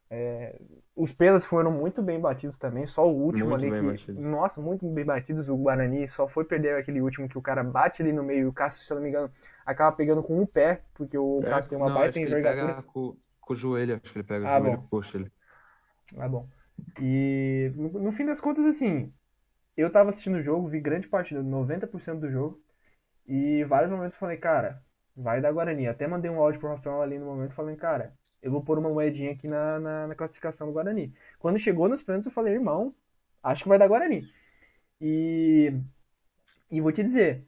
Os pênaltis foram muito bem batidos também, só o último Muito ali bem que, batido. nossa, muito bem batidos. O Guarani só foi perder aquele último que o cara bate ali no meio e o Cássio, se eu não me engano, acaba pegando com um pé, porque o É, Cássio tem uma não, baita acho que ele envergadura. pega com, com o joelho, acho que ele pega o Ah, joelho, bom, coxa ele. ah, bom. E no, no fim das contas, assim, eu tava assistindo o jogo, vi grande parte, noventa por cento do jogo, e vários momentos eu falei, cara, vai dar Guarani. Até mandei um áudio pro Rafael ali no momento falando, cara, eu vou pôr uma moedinha aqui na, na, na classificação do Guarani. Quando chegou nos pênaltis, eu falei, irmão, acho que vai dar Guarani. E, e vou te dizer,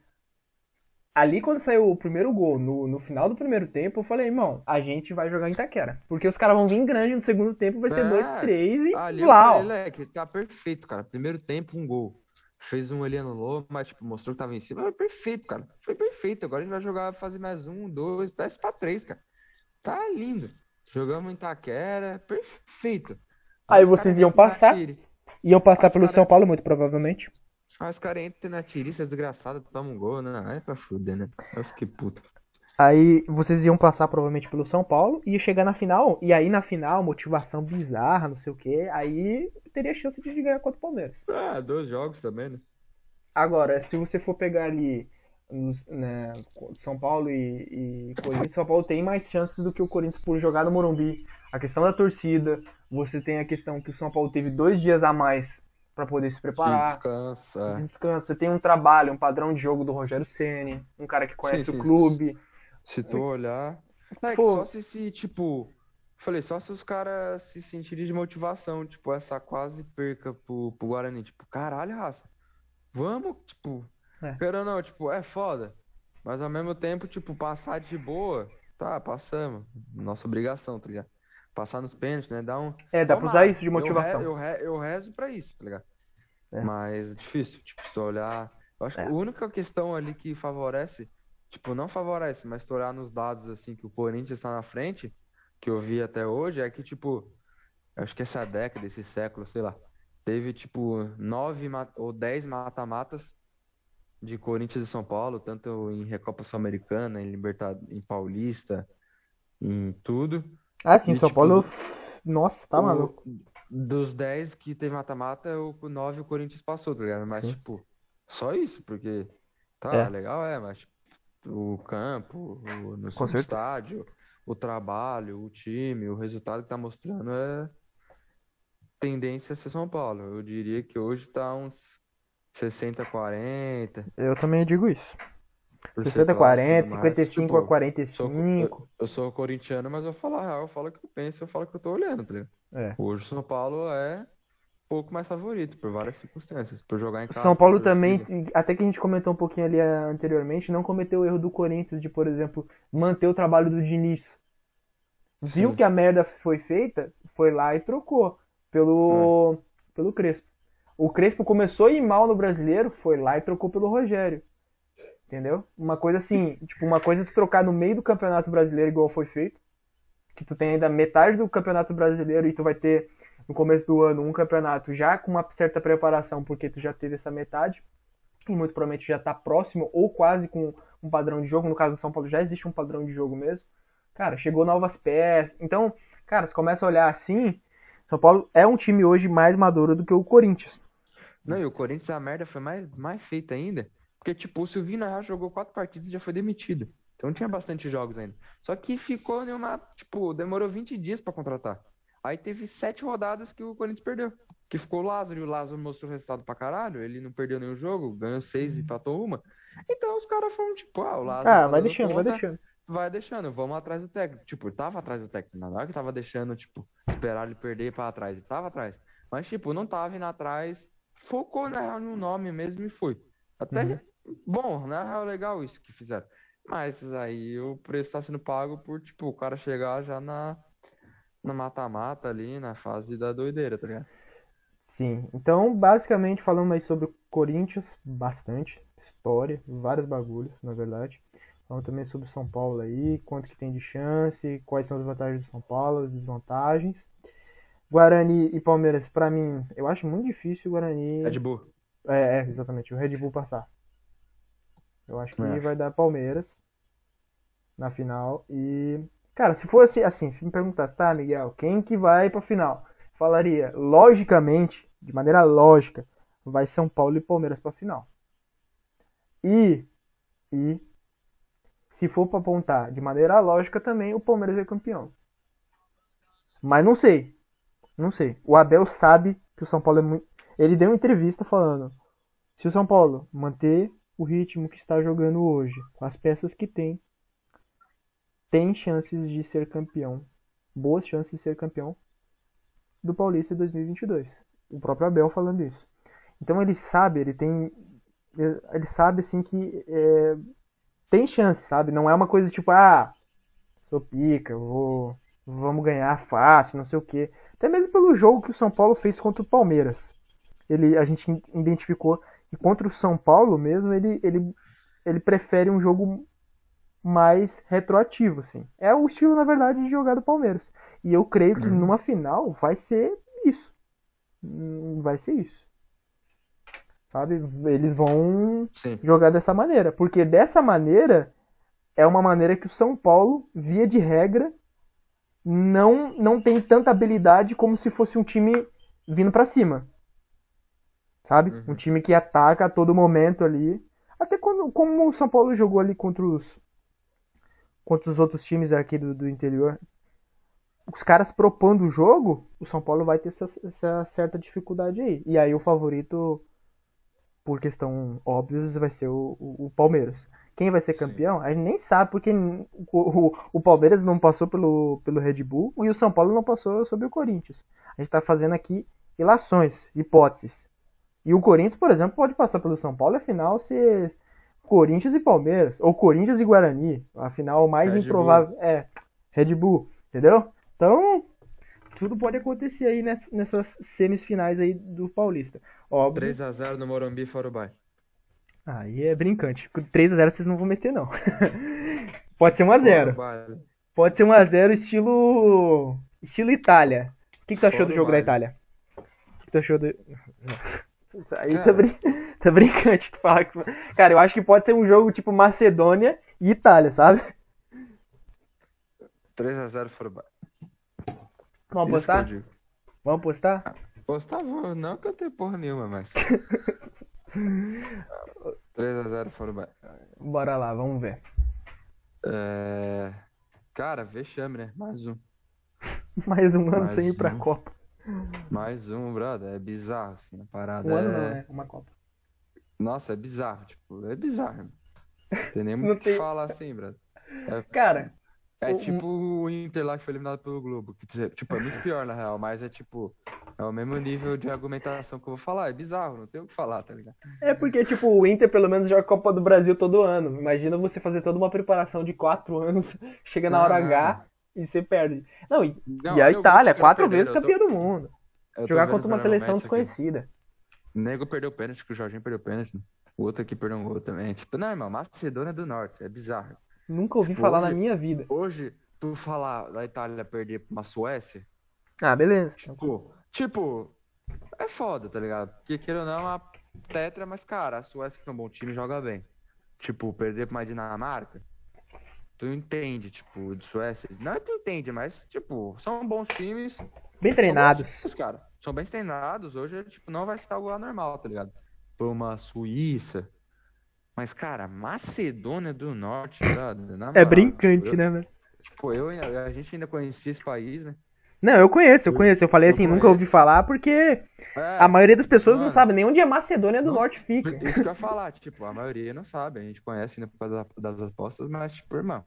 ali quando saiu o primeiro gol, no, no final do primeiro tempo, eu falei, irmão, a gente vai jogar em Itaquera. Porque os caras vão vir grande no segundo tempo, vai ser dois É, três e ali eu falei, vlau. Leque, tá perfeito, cara. Primeiro tempo, um gol. Fez um ali, anulou, mas tipo, mostrou que tava em cima. Foi perfeito, cara. Foi perfeito. Agora a gente vai jogar, fazer mais um, dois, dez pra três, cara. Tá lindo. Jogamos em Itaquera, perfeito. Aí Aí os caras vocês iam metem na passar, tire. iam Aí passar os pelo São caras Paulo, muito provavelmente. aí os cara entram na tiriça desgraçada, toma um gol, né? Aí é pra fuder, né? Eu fiquei puto. Aí vocês iam passar provavelmente pelo São Paulo, ia chegar na final, e aí na final, motivação bizarra, não sei o quê, aí teria chance de ganhar contra o Palmeiras. Ah, dois jogos também, né? Agora, se você for pegar ali nos- né, São Paulo e, e Corinthians, São Paulo tem mais chances do que o Corinthians por jogar no Morumbi. A questão da torcida, você tem a questão que o São Paulo teve dois dias a mais para poder se De preparar, de descansa. descanso. Você tem um trabalho, um padrão de jogo do Rogério Ceni, um cara que Sim, conhece o sim. clube. Se tu olhar. É que só Pô, se, se, tipo. Falei, só se os caras se sentirem de motivação, tipo, essa quase perca pro, pro Guarani. Tipo, caralho, raça. Vamos, tipo. é, Quero ou não, tipo, é foda. Mas ao mesmo tempo, tipo, passar de boa. Tá, passamos. Nossa obrigação, tá ligado? Passar nos pênaltis, né? Dá um. é, dá pra usar isso Tomara. de Eu, re, motivação. eu, re, eu rezo pra isso, tá ligado? É, Mas é difícil, tipo, se tu olhar. Eu acho que a é. única questão ali que favorece, tipo, não favorece, mas se tu olhar nos dados assim que o Corinthians está na frente, que eu vi até hoje, é que, tipo, eu acho que essa década, esse século, sei lá, teve tipo nove ma- ou dez mata-matas de Corinthians e São Paulo, tanto em Recopa Sul-Americana, em Libertad... em Paulista, em tudo. Ah, sim, E São tipo, Paulo. do- Nossa, tá o... maluco. dos dez que teve mata-mata, o nove o Corinthians passou, tá ligado? Mas, Sim. tipo, só isso, porque tá, É, legal, é, mas tipo, o campo, o, no com seu certeza. estádio, o trabalho, o time, o resultado que tá mostrando é tendência a ser São Paulo. Eu diria que hoje tá uns sessenta a quarenta Eu também digo isso. por ser sessenta a clássico e quarenta, tudo cinquenta e mais. cinco a Tipo, sou, eu, quarenta e cinco. eu sou corintiano, mas eu falo a real, eu falo o que eu penso, eu falo o que eu tô olhando, tá ligado? É. Hoje o São Paulo é um pouco mais favorito, por várias circunstâncias. Por jogar em O São casa, ter Paulo também, torcida. até que a gente comentou um pouquinho ali eh, anteriormente, não cometeu o erro do Corinthians de, por exemplo, manter o trabalho do Diniz. Viu Sim, que a merda foi feita, foi lá e trocou é. pelo, pelo Crespo. O Crespo começou a ir mal no brasileiro, foi lá e trocou pelo Rogério. entendeu? Uma coisa assim, tipo, uma coisa é tu trocar no meio do Campeonato Brasileiro igual foi feito, que tu tem ainda metade do Campeonato Brasileiro e tu vai ter no começo do ano um campeonato já com uma certa preparação, porque tu já teve essa metade e muito provavelmente já tá próximo ou quase com um padrão de jogo. No caso do São Paulo já existe um padrão de jogo mesmo. Cara, chegou novas peças. Então, cara, você começa a olhar assim, São Paulo é um time hoje mais maduro do que o Corinthians. Não, e o Corinthians, a merda foi mais, mais feita ainda. Porque, tipo, o Silvinho na real jogou quatro partidas e já foi demitido. Então tinha bastante jogos ainda. Só que ficou numa. Tipo, demorou vinte dias pra contratar. Aí teve sete rodadas que o Corinthians perdeu. Que ficou o Lázaro, e o Lázaro mostrou resultado pra caralho. Ele não perdeu nenhum jogo, ganhou seis e empatou uma. Então os caras foram tipo, ah, o Lázaro Ah, tá vai dando deixando, vai conta, deixando. vai deixando, vamos atrás do técnico. Tipo, tava atrás do técnico. Não é que tava deixando, tipo, esperar ele perder pra trás. Ele tava atrás. Mas, tipo, não tava indo atrás. Focou na real no nome mesmo e foi. Até, bom, na real, legal isso que fizeram. Mas aí o preço tá sendo pago por, tipo, o cara chegar já na, na mata-mata ali, na fase da doideira, tá ligado? Sim, então basicamente falando aí sobre o Corinthians, bastante história, vários bagulhos, na verdade. Falando também sobre o São Paulo aí, quanto que tem de chance, quais são as vantagens do São Paulo, as desvantagens. Guarani e Palmeiras, pra mim, eu acho muito difícil o Guarani. Red Bull, É, é, exatamente, o Red Bull passar. Eu acho também que acho. vai dar Palmeiras na final. E, cara, se fosse assim, se me perguntasse, tá, Miguel, quem que vai pra final? Falaria, logicamente, de maneira lógica, vai São Paulo e Palmeiras pra final. E, e se for pra apontar de maneira lógica também, o Palmeiras é campeão. Mas não sei, não sei. O Abel sabe que o São Paulo é muito. Ele deu uma entrevista falando: se o São Paulo manter o ritmo que está jogando hoje, com as peças que tem, tem chances de ser campeão. Boas chances de ser campeão do Paulista em dois mil e vinte e dois. O próprio Abel falando isso. Então ele sabe, ele tem. Ele sabe assim que é, tem chance, sabe? Não é uma coisa tipo, ah, sou pica, vou, vamos ganhar fácil, não sei o quê. Até mesmo pelo jogo que o São Paulo fez contra o Palmeiras. Ele, a gente identificou que contra o São Paulo mesmo, ele, ele, ele prefere um jogo mais retroativo, assim. É o estilo, na verdade, de jogar do Palmeiras. E eu creio que Uhum. numa final vai ser isso. Vai ser isso. Sabe? Eles vão Sim. jogar dessa maneira. Porque dessa maneira é uma maneira que o São Paulo, via de regra, não, não tem tanta habilidade como se fosse um time vindo pra cima. Sabe? Um Uhum. time que ataca a todo momento ali. Até quando, como o São Paulo jogou ali contra os, contra os outros times aqui do, do interior. Os caras propondo o jogo, o São Paulo vai ter essa, essa certa dificuldade aí. E aí o favorito, por questão óbvias, vai ser o, o, o Palmeiras. Quem vai ser Sim. campeão? A gente nem sabe, porque o, o, o Palmeiras não passou pelo, pelo Red Bull e o São Paulo não passou sobre o Corinthians. A gente está fazendo aqui ilações, hipóteses. E o Corinthians, por exemplo, pode passar pelo São Paulo e afinal ser Corinthians e Palmeiras, ou Corinthians e Guarani. A final mais Red Bull, improvável é Red Bull, entendeu? Então, tudo pode acontecer aí nessas semifinais aí do Paulista. Óbvio. três a zero no Morumbi, fora o baile. Aí é brincante. Com três a zero vocês não vão meter, não. Pode ser um a Fora o zero. baile. Pode ser um a zero estilo. Estilo Itália. O que, que tu achou do Fora o jogo da baile. Itália? O que tu achou do. Aí tá, Cara, brin... tá brincante tu falar que. Cara, eu acho que pode ser um jogo tipo Macedônia e Itália, sabe? três a zero fora o baile. Vamos Isso que eu apostar? digo. Vamos apostar? Gostava, não que eu tenho porra nenhuma, mas três a zero fora o baile. Bora lá, vamos ver. É... Cara, vexame, né? Mais um. Mais um ano sem ir Mais pra um. Copa. Mais um, brother. É bizarro, assim. A parada Um ano não, é. né? Uma Copa. Nossa, é bizarro. Tipo, é bizarro. Não tem nem Não o que tem. falar assim, brother. Cara, É, é o- tipo o Inter lá que foi eliminado pelo Globo. Que, tipo, é muito pior, na real. Mas é tipo. É o mesmo nível de argumentação que eu vou falar. É bizarro, não tem o que falar, tá ligado? é porque, tipo, o Inter pelo menos joga a Copa do Brasil todo ano. Imagina você fazer toda uma preparação de quatro anos, chega na Não, hora não. H e você perde. Não, e, Não, e a olha o gol que os Itália, caras quatro vezes perderam. Eu campeã tô, do mundo. eu tô Jogar vendo os contra uma melhores seleção momentos aqui. desconhecida. O nego perdeu o pênalti, que o Jorginho perdeu o pênalti. Né? O outro aqui perdeu um gol também. Tipo, não, irmão, Macedônia do Norte, é bizarro. Nunca ouvi Tipo, falar na hoje, minha vida. hoje, tu falar da Itália perder pra uma Suécia, Ah, beleza. tipo, tipo, é foda, tá ligado? Porque, queira ou não, é uma tetra, mas, cara, a Suécia é um bom time e joga bem. Tipo, perder pra uma Dinamarca, tu entende, tipo, de Suécia. Não é que tu entende, mas, tipo, são bons times, Bem são bons treinados. times, cara. São bem treinados. Hoje, tipo, não vai ser algo anormal, tá ligado? Pra uma Suíça. Mas, cara, Macedônia do Norte, brother, na É moral, tipo, brincante, eu, né, velho? tipo, eu, a gente ainda conhecia esse país, né? Não, eu conheço, eu Eu, conheço. Eu falei eu assim, nunca ouvi conheço. falar porque a É, maioria das pessoas não mano, sabe nem onde a Macedônia do não, Norte fica. isso que eu ia falar, tipo, a maioria não sabe, a gente conhece ainda por causa da- das apostas, mas, tipo, irmão,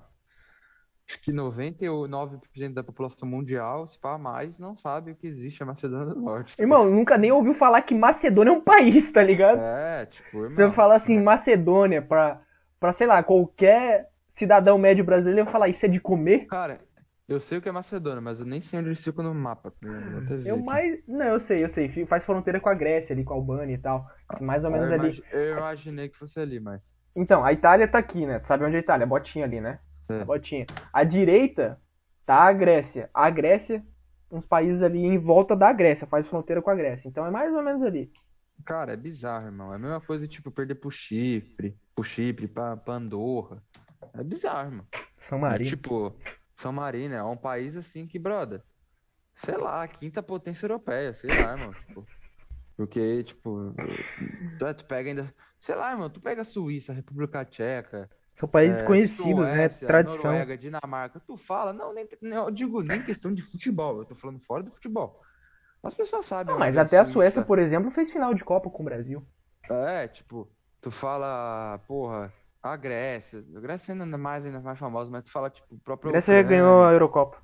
acho que noventa e nove por cento da população mundial, se pá mais, não sabe o que existe a Macedônia do Norte, tá Irmão, ligado? nunca nem ouviu falar que Macedônia é um país, tá ligado? É, tipo, Você irmão, fala assim, né? Macedônia, pra, pra sei lá, qualquer cidadão médio brasileiro, vai falar, isso é de comer? Cara, eu sei o que é Macedônia, mas eu nem sei onde eles ficam no mapa, tá ligado? Vou até Eu ver aqui. mais. Não, eu sei, eu sei. fi- Faz fronteira com a Grécia ali, com a Albânia e tal. Mais ou Ah, menos Eu, ali. imagi- eu Mas- imaginei que fosse ali, mas. Então, a Itália tá aqui, né? Tu sabe onde é a Itália? A botinha ali, né? A É. botinha. À direita tá a Grécia. A Grécia, uns países ali em volta da Grécia, faz fronteira com a Grécia. Então é mais ou menos ali. Cara, é bizarro, irmão. É a mesma coisa, tipo, perder pro Chipre, pro Chipre, pra, pra Andorra. É bizarro, irmão. São É Marino. tipo, São Marino é um país assim que, brother, sei lá, a quinta potência europeia, sei lá, irmão. Tipo, porque, tipo, tu, tu pega ainda, sei lá, irmão, tu pega a Suíça, a República Tcheca, São países é, conhecidos, né? Suécia, Tradição. Noruega, Dinamarca, tu fala, não, nem, nem- eu digo nem questão de futebol, eu tô falando fora do futebol. As pessoas sabem Ah, onde mas é a até a Suécia, Suíça. por exemplo, fez final de Copa com o Brasil. É, tipo, tu fala, porra, a Grécia. A Grécia ainda é mais, ainda mais famosa, mas tu fala, tipo, a A própria Grécia ganhou a Ucrânia. Eurocopa.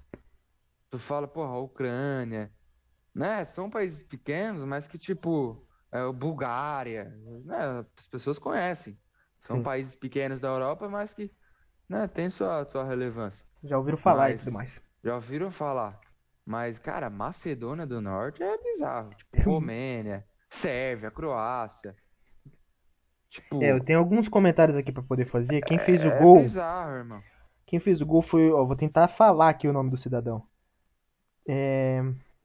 Tu fala, porra, a Ucrânia. Né? São países pequenos, mas que, tipo, é, o Bulgária, né? As pessoas conhecem. São Sim. países pequenos da Europa, mas que, né, tem sua, sua relevância. Já ouviram falar e tudo Mas mais. já ouviram falar. Mas, cara, Macedônia do Norte é bizarro. Tipo, Romênia, Sérvia, Croácia. É, eu Tipo, tenho alguns comentários aqui pra poder fazer. Quem fez o é, é gol? bizarro, irmão. Quem fez o gol foi. Ó, vou tentar falar aqui o nome do cidadão. É.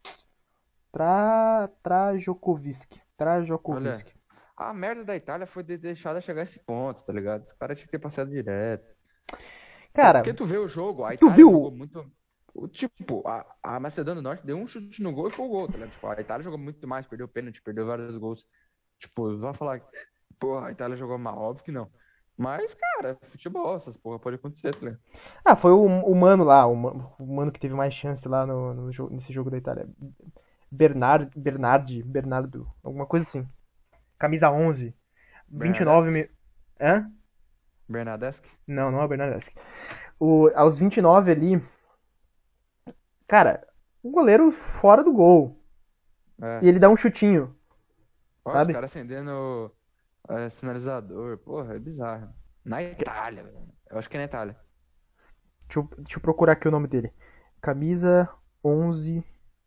Tra... Trajokovic. Olha, Trajokovic. a merda da Itália foi ter deixado chegar a esse ponto, tá ligado? Os caras tinham que ter passado direto. Porque Cara, tu vê o jogo, a tu Itália jogou viu? muito. O tipo, a, a Macedônia do Norte deu um chute no gol e foi o gol, tá ligado? Tipo, a Itália jogou muito mais, perdeu pênalti, perdeu vários gols. Tipo, vai falar, porra, a Itália jogou mal, óbvio que não. Mas, cara, futebol, essas porra pode acontecer, tá ligado? Ah, foi o, o mano lá, o, ma- o mano que teve mais chance lá no, no jogo- nesse jogo da Itália. Bernard, Bernardi, Bernardo, alguma coisa assim. Camisa onze. vinte e nove Bernadeschi? mil. Hã? Bernadeschi? Não, não é o Bernardeschi. O, aos vinte e nove ali, cara, o goleiro fora do gol. É. E ele dá um chutinho, Olha, os sabe? caras acendendo é, sinalizador, porra, é bizarro. Na Itália, velho. Eu acho que é na Itália. Deixa eu, deixa eu procurar aqui o nome dele. Camisa onze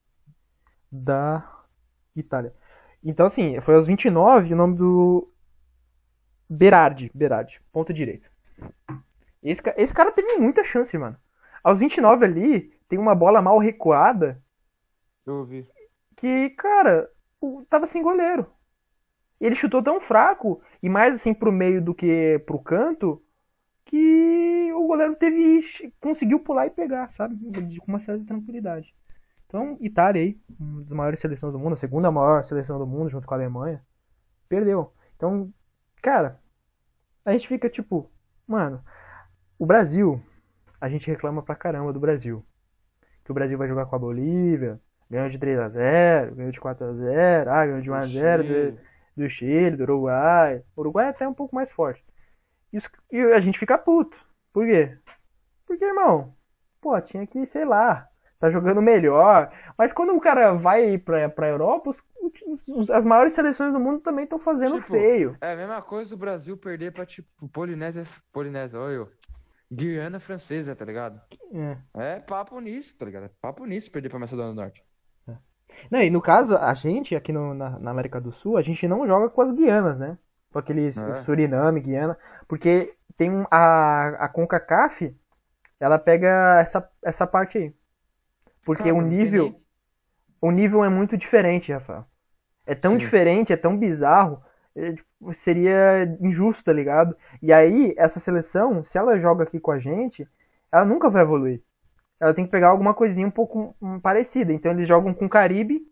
da Itália. Então, assim, foi aos vinte e nove o nome do Berardi. Berardi, ponto direito. Esse, ca- esse cara teve muita chance, mano. Aos vinte e nove ali, tem uma bola mal recuada Eu ouvi. que, cara, o- tava sem goleiro. Ele chutou tão fraco e mais assim pro meio do que pro canto que o goleiro teve conseguiu pular e pegar, sabe? Com uma certa tranquilidade. Então, Itália aí, uma das maiores seleções do mundo, a segunda maior seleção do mundo junto com a Alemanha, perdeu. Então, cara, a gente fica tipo, mano, o Brasil, a gente reclama pra caramba do Brasil. Que o Brasil vai jogar com a Bolívia, ganhou de três a zero, ganhou de quatro a zero, ah, ganhou de um O a zero do, Chile. do Chile, do Uruguai. O Uruguai é até um pouco mais forte. E, os- e a gente fica puto. Por quê? Porque, irmão, pô, tinha que, sei lá, tá jogando melhor. Mas quando o cara vai pra, pra Europa, os- os- as maiores seleções do mundo também estão fazendo Tipo, feio. é a mesma coisa o Brasil perder pra, tipo, Polinésia. Polinésia, olha eu. Guiana Francesa, tá ligado? É. É papo nisso, tá ligado? É papo nisso perder pra Macedônia do Norte. Não, e no caso, a gente aqui no- na, na América do Sul, a gente não joga com as Guianas, né? para aqueles É, Suriname, Guiana, porque tem um, a, a CONCACAF, ela pega essa, essa parte aí. Porque o cara, não tem nível, nem. o nível é muito diferente, Rafael. É tão Sim. diferente, é tão bizarro, é, tipo, seria injusto, tá ligado? E aí, essa seleção, se ela joga aqui com a gente, ela nunca vai evoluir. Ela tem que pegar alguma coisinha um pouco hum, parecida. Então eles jogam com Caribe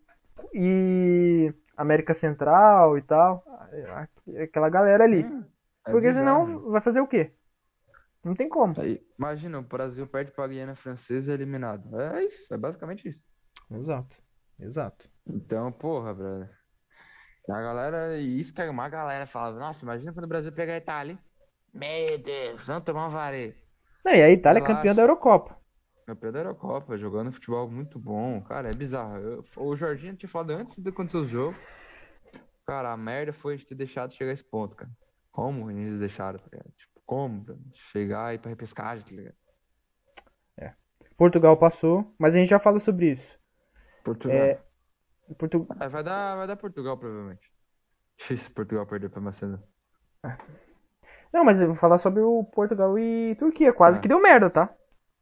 e América Central e tal. Aquela galera ali. Sim, é Porque bizarro. senão vai fazer o quê? Não tem como. Aí, imagina, o Brasil perde pra Guiana Francesa e é eliminado. É isso, é basicamente isso. Exato. Exato. Então, porra, brother. A galera, e isso que uma galera falava, nossa, imagina quando o Brasil pegar a Itália, hein? Meu Deus, vamos tomar um vareio. Não, e a Itália é campeã da Relaxa. Eurocopa. Campeão da Eurocopa, jogando futebol muito bom. Cara, é bizarro. Eu- o Jorginho tinha falado antes de acontecer o jogo. Cara, a merda foi a gente ter deixado chegar a esse ponto, cara. Como eles deixaram, tá ligado? Tipo, como, bro? Chegar e ir pra repescagem, tá ligado? É. Portugal passou, mas a gente já fala sobre isso. Portugal. Portu... É, vai dar, vai dar Portugal, provavelmente. Difícil Portugal perder pra Macedônia. Não, mas eu vou falar sobre o Portugal e Turquia. Quase que Ah, deu merda, tá?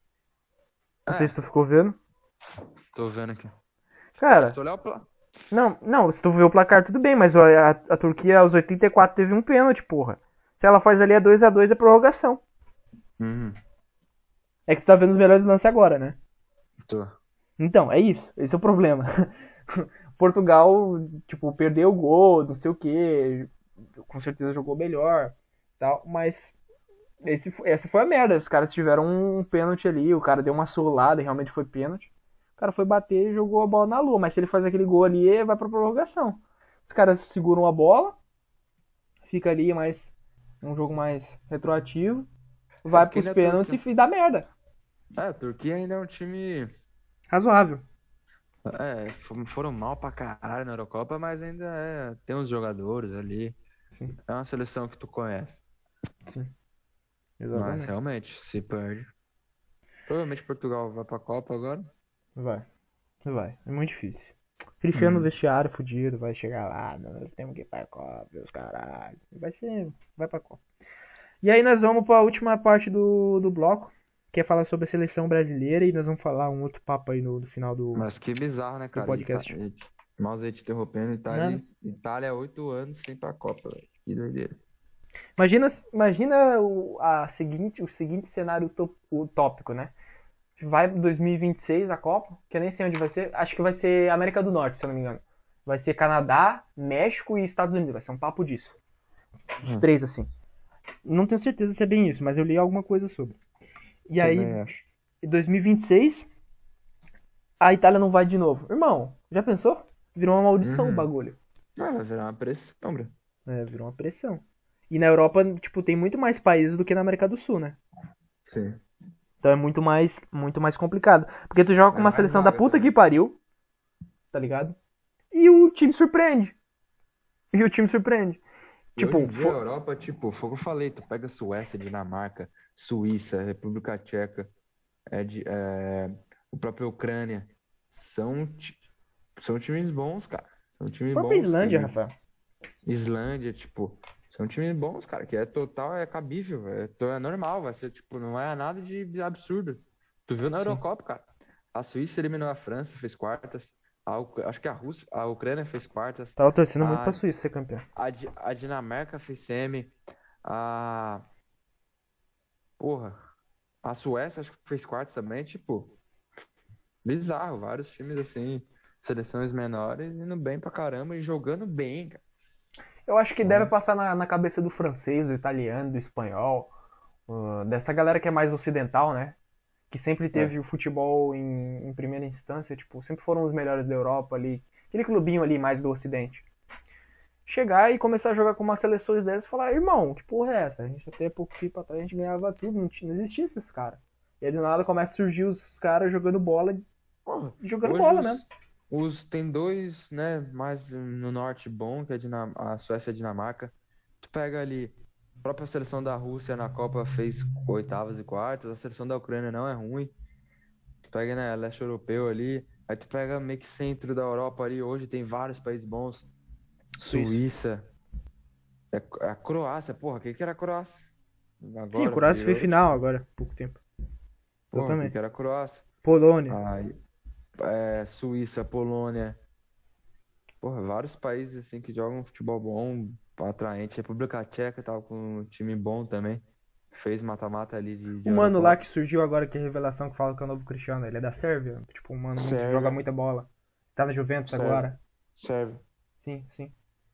Não sei se é, tu ficou vendo. tô vendo aqui. É, se Cara, tu olhar o plano. não, não, se tu ver o placar, tudo bem, mas a, a Turquia aos oitenta e quatro teve um pênalti, porra. Se ela faz ali a dois a dois é prorrogação. Uhum, É que você tá vendo os melhores lances agora, né? tô. Então, é isso. Esse é o problema. Portugal, tipo, perdeu o gol, não sei o quê. Com certeza jogou melhor, tal, mas esse, essa foi a merda. Os caras tiveram um pênalti ali, o cara deu uma solada e realmente foi pênalti. O cara foi bater e jogou a bola na lua, mas se ele faz aquele gol ali, vai pra prorrogação. Os caras seguram a bola, fica ali mais um jogo mais retroativo, É vai porque pros ainda é pênaltis Turquia. e dá merda. É, a Turquia ainda é um time. Razoável. É, fom- foram mal pra caralho na Eurocopa, mas ainda é, tem uns jogadores ali. Sim, É uma seleção que tu conhece. sim, Mas exatamente. realmente, se perde. Provavelmente Portugal vai pra Copa agora. Vai, vai. É muito difícil. Cristiano no Hum. vestiário fudido, vai chegar lá, nós temos que ir pra Copa, os caralho. Vai ser, vai pra Copa. E aí nós vamos para a última parte do, do bloco, que é falar sobre a seleção brasileira, e nós vamos falar um outro papo aí no, no final do, Mas que bizarro, né, do cara? Ita... podcast. It- Mouse aí te interrompendo. Nada. Itália, Itália há oito anos sem ir pra Copa, velho. Que doideira. Imagina, imagina o, a seguinte, o seguinte cenário top, utópico, né? Vai dois mil e vinte e seis a Copa, que eu nem sei onde vai ser. Acho que vai ser América do Norte, se eu não me engano. Vai ser Canadá, México e Estados Unidos. Vai ser um papo disso. Os Hum, três, assim. Não tenho certeza se é bem isso, mas eu li alguma coisa sobre. E aí, também acho. em dois mil e vinte e seis, a Itália não vai de novo. Irmão, já pensou? Virou uma maldição o Uhum. bagulho. Ah, vai virar uma pressão, bro. É, virou uma pressão. E na Europa, tipo, tem muito mais países do que na América do Sul, né? Sim. Então é muito mais, muito mais complicado. Porque tu joga com É uma mais seleção da vaga puta que também. pariu, tá ligado? E o time surpreende. E o time surpreende. E hoje em Tipo, dia a fo- Europa, tipo, foi o que eu falei, tu pega Suécia, Dinamarca, Suíça, República Tcheca, é de, é, o próprio Ucrânia. São, ti- são times bons, cara. São a times própria bons Islândia, que Rafael. Islândia, tipo, são times bons, cara, que é total, é cabível, é, to- é normal, vai ser, tipo, não é nada de absurdo. Tu viu na Sim. Eurocopa, cara? A Suíça eliminou a França, fez quartas. A, Uc- acho que a Rússia, a Ucrânia fez quartas. Tava torcendo muito pra A, Suíça ser campeão. a, Di- a Dinamarca fez semi. A, porra, a Suécia acho que fez quartas também, tipo, bizarro, vários times assim, seleções menores indo bem pra caramba e jogando bem, cara. Eu acho que deve Então, passar na, na cabeça do francês, do italiano, do espanhol, uh, dessa galera que é mais ocidental, né? Que sempre teve é. o futebol em, em primeira instância, tipo, sempre foram os melhores da Europa ali, aquele clubinho ali mais do ocidente. Chegar e começar a jogar com umas seleções dessas e falar, irmão, que porra é essa? A gente até pouco tempo atrás a gente ganhava tudo, não, tinha, não existia esses caras. E aí do nada começa a surgir os caras jogando bola, Porra, jogando hoje bola mesmo. os, os tem dois, né, mais no norte bom, que é a, Dinam- a Suécia e a Dinamarca. Tu pega ali, a própria seleção da Rússia na Copa fez oitavas e quartas, a seleção da Ucrânia não é ruim. Tu pega, né, leste europeu ali, aí tu pega meio que centro da Europa ali, hoje tem vários países bons. Suíça. Suíça. É, é a Croácia, porra, o que que era a Croácia? Sim, a Agora Croácia foi virou. final agora, há pouco tempo. Porra, o que que Exatamente. era a Croácia? Polônia. Aí, é, Suíça, Polônia. Porra, vários países assim que jogam futebol bom, atraente. República Tcheca tava com um time bom também. Fez mata-mata ali de, de O mano lá que Eurocopa. surgiu agora, que é a revelação que fala que é o novo Cristiano, ele é da Sérvia. Tipo, um mano muito, joga Sérvia, muita bola. Tá na Juventus Sérvia, agora. Sérvia. Sim, sim.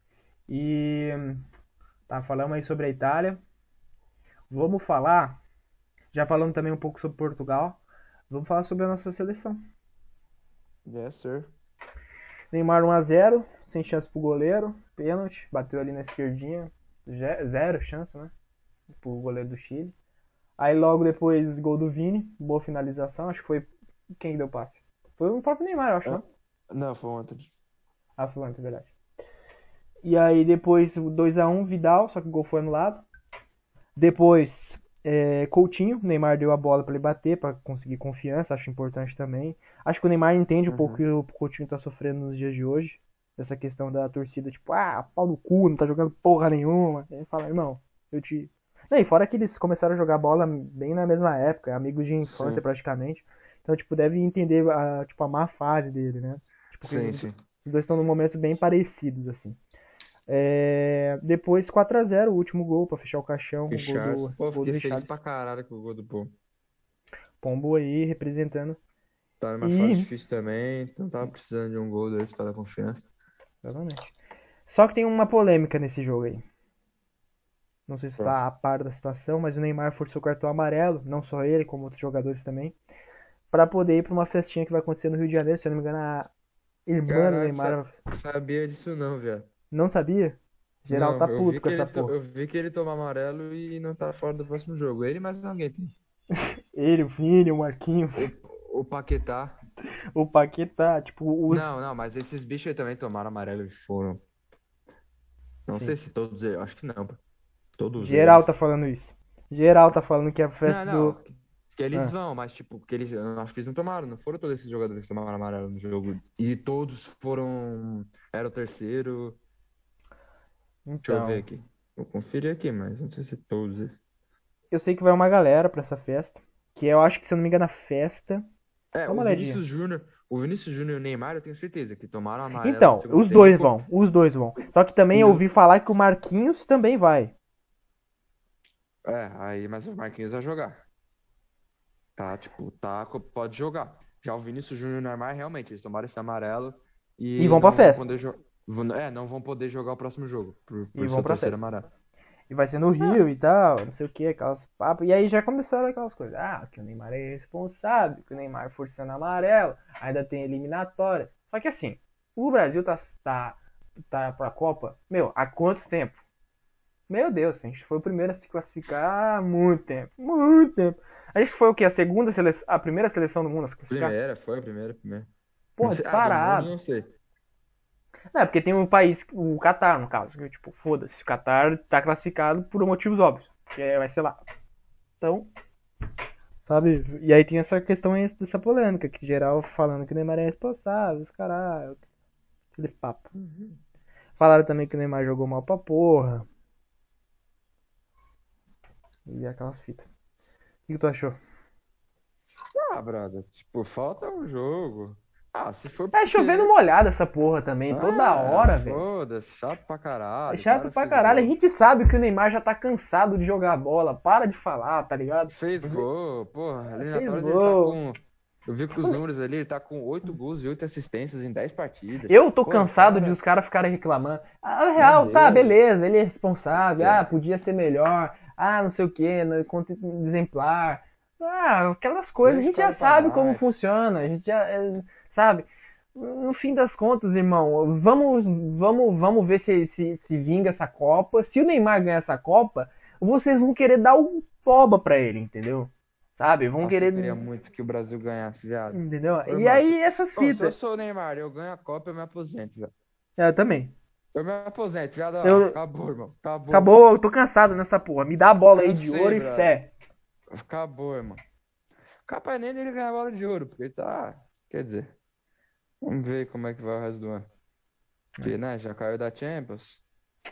E tá, falamos aí sobre a Itália. Vamos falar, já falamos também um pouco sobre Portugal. Vamos falar sobre a nossa seleção. Yes, sir. Neymar um a zero, sem chance pro goleiro, pênalti, bateu ali na esquerdinha, zero chance, né? Pro goleiro do Chile. Aí logo depois, gol do Vini, boa finalização, acho que foi quem que deu passe? Foi o próprio Neymar, eu acho, Hã? não? Não, foi ontem. Ah, foi antes, é verdade. E aí depois dois a um Vidal, só que o gol foi anulado. Depois, é, Coutinho, o Neymar deu a bola para ele bater, para conseguir confiança, acho importante também. Acho que o Neymar entende um pouco o Uhum. que o Coutinho tá sofrendo nos dias de hoje. Essa questão da torcida, tipo, ah, pau no cu, não tá jogando porra nenhuma. Ele fala, irmão, eu te. Não, e fora que eles começaram a jogar bola bem na mesma época, amigos de infância Sim, praticamente. Então, tipo, deve entender a, tipo, a má fase dele, né? Tipo, que sim, os sim. os dois estão num momentos bem parecidos, assim. É, depois quatro a zero, o último gol pra fechar o caixão, o gol Richarlison. do, Pô, gol do fiquei feliz pra Richarlison. caralho com o gol do Pô. Pombo aí representando. Tá numa fase E. difícil também, então tava precisando de um gol desse pra dar confiança. Exatamente. Só que tem uma polêmica nesse jogo aí. Não sei se você Pô. tá a par da situação, mas o Neymar forçou o cartão amarelo, não só ele, como outros jogadores também, pra poder ir pra uma festinha que vai acontecer no Rio de Janeiro. Se eu não me engano, a irmã do Caralho, sa- Neymar sabia disso não, viado. não sabia. Geral tá Não, eu puto vi com que essa ele, to- porra. eu vi que ele tomou amarelo e não tá fora do próximo jogo. Ele mais alguém tem. Ele, o Vini, o Marquinhos, O, o Paquetá. o Paquetá, tipo, os. Não, não, mas esses bichos aí também tomaram amarelo e foram. Não Sim. sei se todos eles, acho que não, pô. Todos Geral eles. tá falando isso. Geral tá falando que é a Não, festa do. não, que eles Ah, vão, mas tipo, que eles, eu acho que eles não tomaram, não foram todos esses jogadores que tomaram amarelo no jogo. E todos foram, era o terceiro. Deixa eu ver então. aqui. Vou conferir aqui, mas não sei se todos esses. Eu sei que vai uma galera pra essa festa. Que eu acho que, se eu não me engano, a festa. É, Dá o uma olhadinha. Vinícius Júnior, o Vinícius Júnior e o Neymar, eu tenho certeza que tomaram amarelo no Então, segundo os tempo. dois Pô, vão. Os dois vão. Só que também e eu os, ouvi falar que o Marquinhos também vai. é, aí, mas o Marquinhos vai jogar. Tá, tipo, tá, co- pode jogar. Já o Vinícius Júnior e o Neymar, realmente, eles tomaram esse amarelo E e vão pra não vão festa. poder jogar. É, não vão poder jogar o próximo jogo, por, E por vão seu pra terceiro festa. amarelo. E vai ser no Ah, Rio e tal, não sei o que, aquelas papos. E aí já começaram aquelas coisas. Ah, que o Neymar é irresponsável, que o Neymar forçando amarelo, ainda tem eliminatória. Só que assim, o Brasil tá, tá, tá pra Copa, meu, há quanto tempo? Meu Deus, a gente foi o primeiro a se classificar há muito tempo. Muito tempo. A gente foi o quê? A segunda seleção, a primeira seleção do mundo a se classificar? primeira, foi a primeira, primeira. Não Porra, sei, ah, do mundo, disparado. não sei. Não, é porque tem um país, o Catar, no caso, que, tipo, foda-se, o Catar tá classificado por motivos óbvios. Que é, vai ser lá. Então, sabe? E aí tem essa questão aí, dessa polêmica, que geral falando que o Neymar é responsável, os caralho, aqueles papos. Falaram também que o Neymar jogou mal pra porra. E aquelas fitas. O que, que tu achou? Ah, brother, tipo, falta um jogo. Ah, se for É porque. chovendo molhado essa porra também, toda Ah, hora, velho. foda-se, chato pra É caralho. O chato cara pra fez caralho. A gol. gente sabe que o Neymar já tá cansado de jogar bola. Para de falar, tá ligado? Fez gol, porra. Fez Eliminatórias ele tá gol. com. Eu vi com os números ali, ele tá com oito gols e oito assistências em dez partidas. Eu tô Porra, o cansado de cara. os caras ficarem reclamando. Ah, Já real, tá, deu. beleza, ele é responsável. Ah, É, podia ser melhor. Ah, não sei o que, exemplar. Ah, aquelas coisas, a deixa o gente já cara ir pra sabe como night. funciona. A gente já, é, sabe? No fim das contas, irmão, vamos, vamos, vamos ver se, se, se vinga essa Copa. Se o Neymar ganhar essa Copa, vocês vão querer dar um toba pra ele, entendeu? Sabe? Vão Nossa, eu querer. queria muito que o Brasil ganhasse, viado. Entendeu? Ô, E irmão, se, aí, essas ô, se eu fitas. sou o Neymar e eu ganho a Copa, eu me aposento, velho. Eu também. Eu me aposento, viado. Ó, Eu, acabou, irmão. Acabou. acabou, eu tô cansado nessa porra. Me dá a bola aí de Cansei, ouro e brother. fé. Acabou, irmão. Capaz nem dele ganhar a bola de ouro, porque ele tá. Quer dizer, vamos ver como é que vai o resto do ano. Porque, né, já caiu da Champions.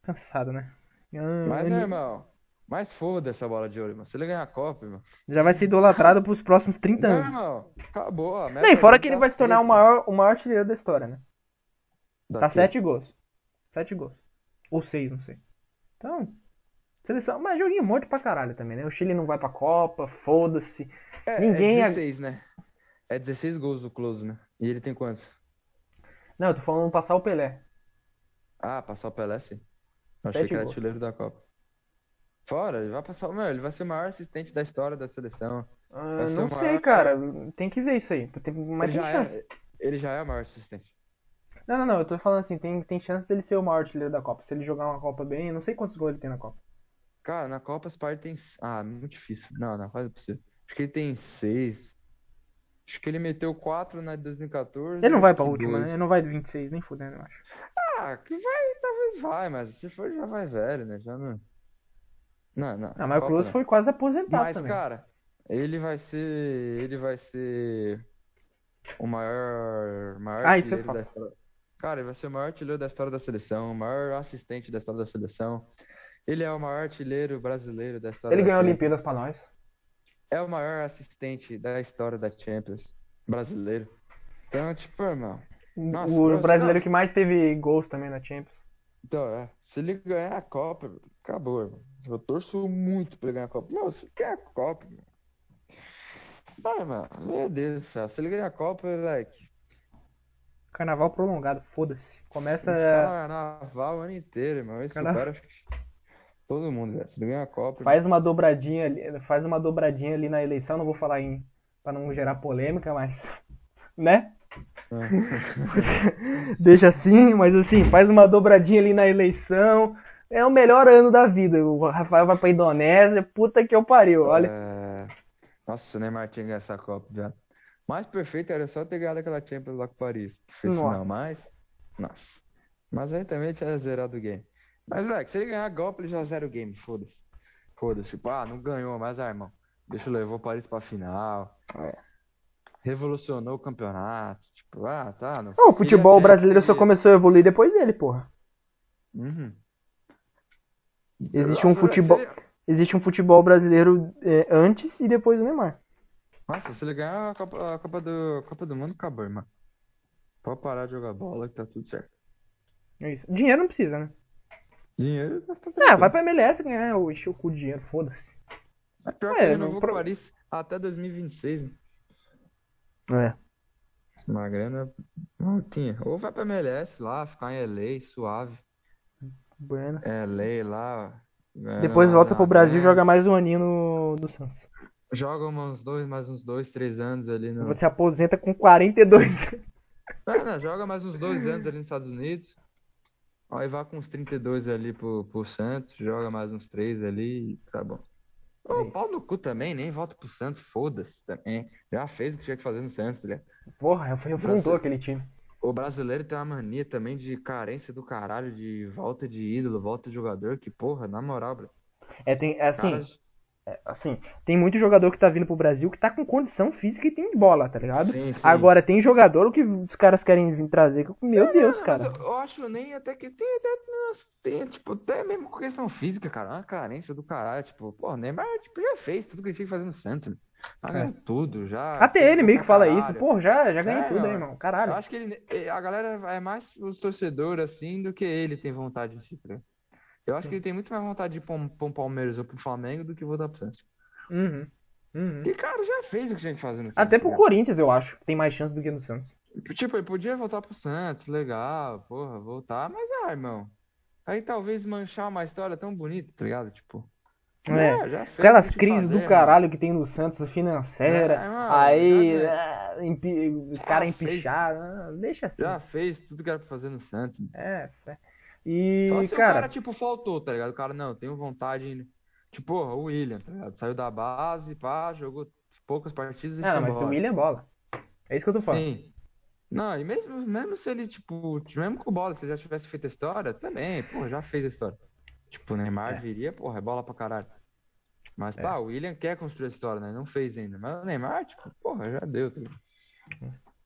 Cansado, né? Mas, meu Ah, irmão, mas foda essa bola de ouro, irmão. Se ele ganhar a Copa, irmão. já vai ser idolatrado pros próximos trinta Meu anos. irmão, acabou. A Não, e meta fora dele que ele tá vai se tornar o feita. maior, o maior artilheiro da história, né? Da Tá quê? sete gols. Sete gols. Ou seis, não sei. Então, seleção. Mas joguinho morto pra caralho também, né? O Chile não vai pra Copa, foda-se. É, é Ninguém. ag- dezesseis, né? É dezesseis gols o Close, né? E ele tem quantos? Não, eu tô falando passar o Pelé. Ah, passar o Pelé, sim. Eu achei que Sete era gols. artilheiro da Copa. Fora, ele vai passar. Meu, ele vai ser o maior assistente da história da seleção. Vai Ah, ser não o sei, maior. cara. Tem que ver isso aí. Tem- Mas Ele tem já chance. é. Ele já é o maior assistente. Não, não, não. Eu tô falando assim, tem, tem chance dele ser o maior artilheiro da Copa. Se ele jogar uma Copa bem, eu não sei quantos gols ele tem na Copa. Cara, na Copa as partes tem. Ah, muito difícil. Não, não, quase possível. Acho que ele tem seis. Acho que ele meteu quatro na de dois mil e Ele quatorze, não vai acho pra que última, né? dois. Ele não vai de vinte e seis, nem fudendo, eu acho. Ah, que vai, talvez vai, mas se for já vai velho, né? Já não. Não, não, Ah, mas o Copa Klose não. foi quase aposentado Mas, também. cara, ele vai ser. Ele vai ser o maior, maior Ah, isso é artilheiro da fato. história. Cara, ele vai ser o maior artilheiro da história da seleção, o maior assistente da história da seleção. Ele é o maior artilheiro brasileiro da história Ele da ganhou Champions. Olimpíadas pra nós. É o maior assistente da história da Champions brasileiro. Então, tipo, irmão. Nossa, O pra o você. Não, brasileiro que mais teve gols também na Champions. então, é. Se ele ganhar a Copa, acabou, irmão. Eu torço muito pra ele ganhar a Copa. Não, se ganhar a Copa, irmão. Vai, mano. Meu Deus do céu. Se ele ganhar a Copa, moleque. Carnaval prolongado, foda-se. Vai ficar no Começa. carnaval o ano inteiro, irmão. Isso Carnaval. supera acho que todo mundo, velho. Se ele ganhar a Copa, irmão. Faz uma dobradinha ali, faz uma dobradinha ali na eleição, não vou falar em para não gerar polêmica, mas né? Deixa assim, mas assim, faz uma dobradinha ali na eleição. É o melhor ano da vida. O Rafael vai pra Indonésia, puta que eu pariu. Olha, É... Nossa, se o Neymar tinha ganhado essa Copa, já. Mais perfeito era só ter ganhado aquela Champions lá com o Paris, que fez final mais. nossa. Nossa. Mas aí também tinha zerado o game. Mas, velho, se ele ganhar a Copa, ele já zera o game, foda-se. Foda-se. Tipo, ah, não ganhou, mas, ah, irmão. Deixa eu levar o Paris pra final. Revolucionou o campeonato. Tipo, ah, tá. Não O queria futebol ver brasileiro só aquele. começou a evoluir depois dele, porra. Uhum. Existe um Nossa, velho, se futebol, ele. existe um futebol brasileiro é, antes e depois do Neymar. Nossa, se ele ganhar a Copa, a Copa do, a Copa do Mundo, acabou, irmão. Pode parar de jogar bola que tá tudo certo. É isso. Dinheiro não precisa, né? Dinheiro tá tá Ah, vai tranquilo. pra M L S ganhar, ou encher o cu de dinheiro, foda-se. É pior que ele É, renovou com o pro- Paris até dois mil e vinte e seis, né? é. Uma grana altinha. Ou vai pra M L S lá, ficar em L A, suave. Buenas. L A lá, ganhando Depois uma, volta pro uma Brasil e grana. joga mais um aninho no, do Santos. Joga uns dois, mais uns dois, três anos ali no. Você aposenta com quarenta e dois. Não, não, joga mais uns dois anos ali nos Estados Unidos. Aí vai com uns trinta e dois ali pro, pro Santos, joga mais uns três ali e tá bom. É Ô, pau isso. no cu também, nem volta pro Santos, foda-se também. Já fez o que tinha que fazer no Santos, tá ligado? Porra, refundou Brasi- aquele time. O brasileiro tem uma mania também de carência do caralho, de volta de ídolo, volta de jogador, que porra, na moral, bro. É, tem, é assim, Caras. assim, tem muito jogador que tá vindo pro Brasil que tá com condição física e tem bola, tá ligado? Sim, sim. Agora tem jogador que os caras querem vir trazer. que- Meu Deus, Não, mas cara. eu, eu acho nem até que tem, até, nossa, tem, tipo, até mesmo com questão física, cara, uma carência do caralho, tipo, pô, o Neymar, tipo, já fez tudo que ele tinha que fazer no Santos, né? Já É. ganhou tudo, já Até fez ele gol meio pra que fala isso. caralho. Pô, já, já ganhei É, tudo, meu, hein, irmão. eu Caralho. acho que ele, eh, a galera é mais os torcedores, assim, do que ele tem vontade de se tá ligado? Eu acho que Sim. ele tem muito mais vontade de ir pra um, pra um Palmeiras ou pro Flamengo do que voltar pro Santos. Uhum. Uhum. E, cara, já fez o que tinha que fazer no Santos, Até tá pro ligado? Corinthians, eu acho. Tem mais chance do que no Santos. Tipo, ele podia voltar pro Santos, legal, porra, voltar, mas, ah, irmão, aí talvez manchar uma história tão bonita, tá ligado? Tipo, É. já, já fez o Aquelas que tinha que crises fazer, do irmão. caralho que tem no Santos financeira. É, irmão, já, Aí, ganha- é, empi- o cara já fez, empichado. ah, Deixa assim. já fez tudo que era pra fazer no Santos. É, fé. Só E, se o cara, cara, tipo, faltou, tá ligado? O cara, não, tenho vontade. Tipo, porra, o William, tá ligado? Saiu da base, pá, jogou poucas partidas e ah, foi não, mas do embora. William é bola. É isso que eu tô falando. Sim. Não, e mesmo, mesmo se ele, tipo, mesmo com bola, se ele já tivesse feito a história, também, porra, já fez a história. Tipo, o Neymar É, viria, porra, é bola pra caralho. Mas, é. pá, o William quer construir a história, né? Não fez ainda. Mas o Neymar, tipo, porra, já deu, tá ligado?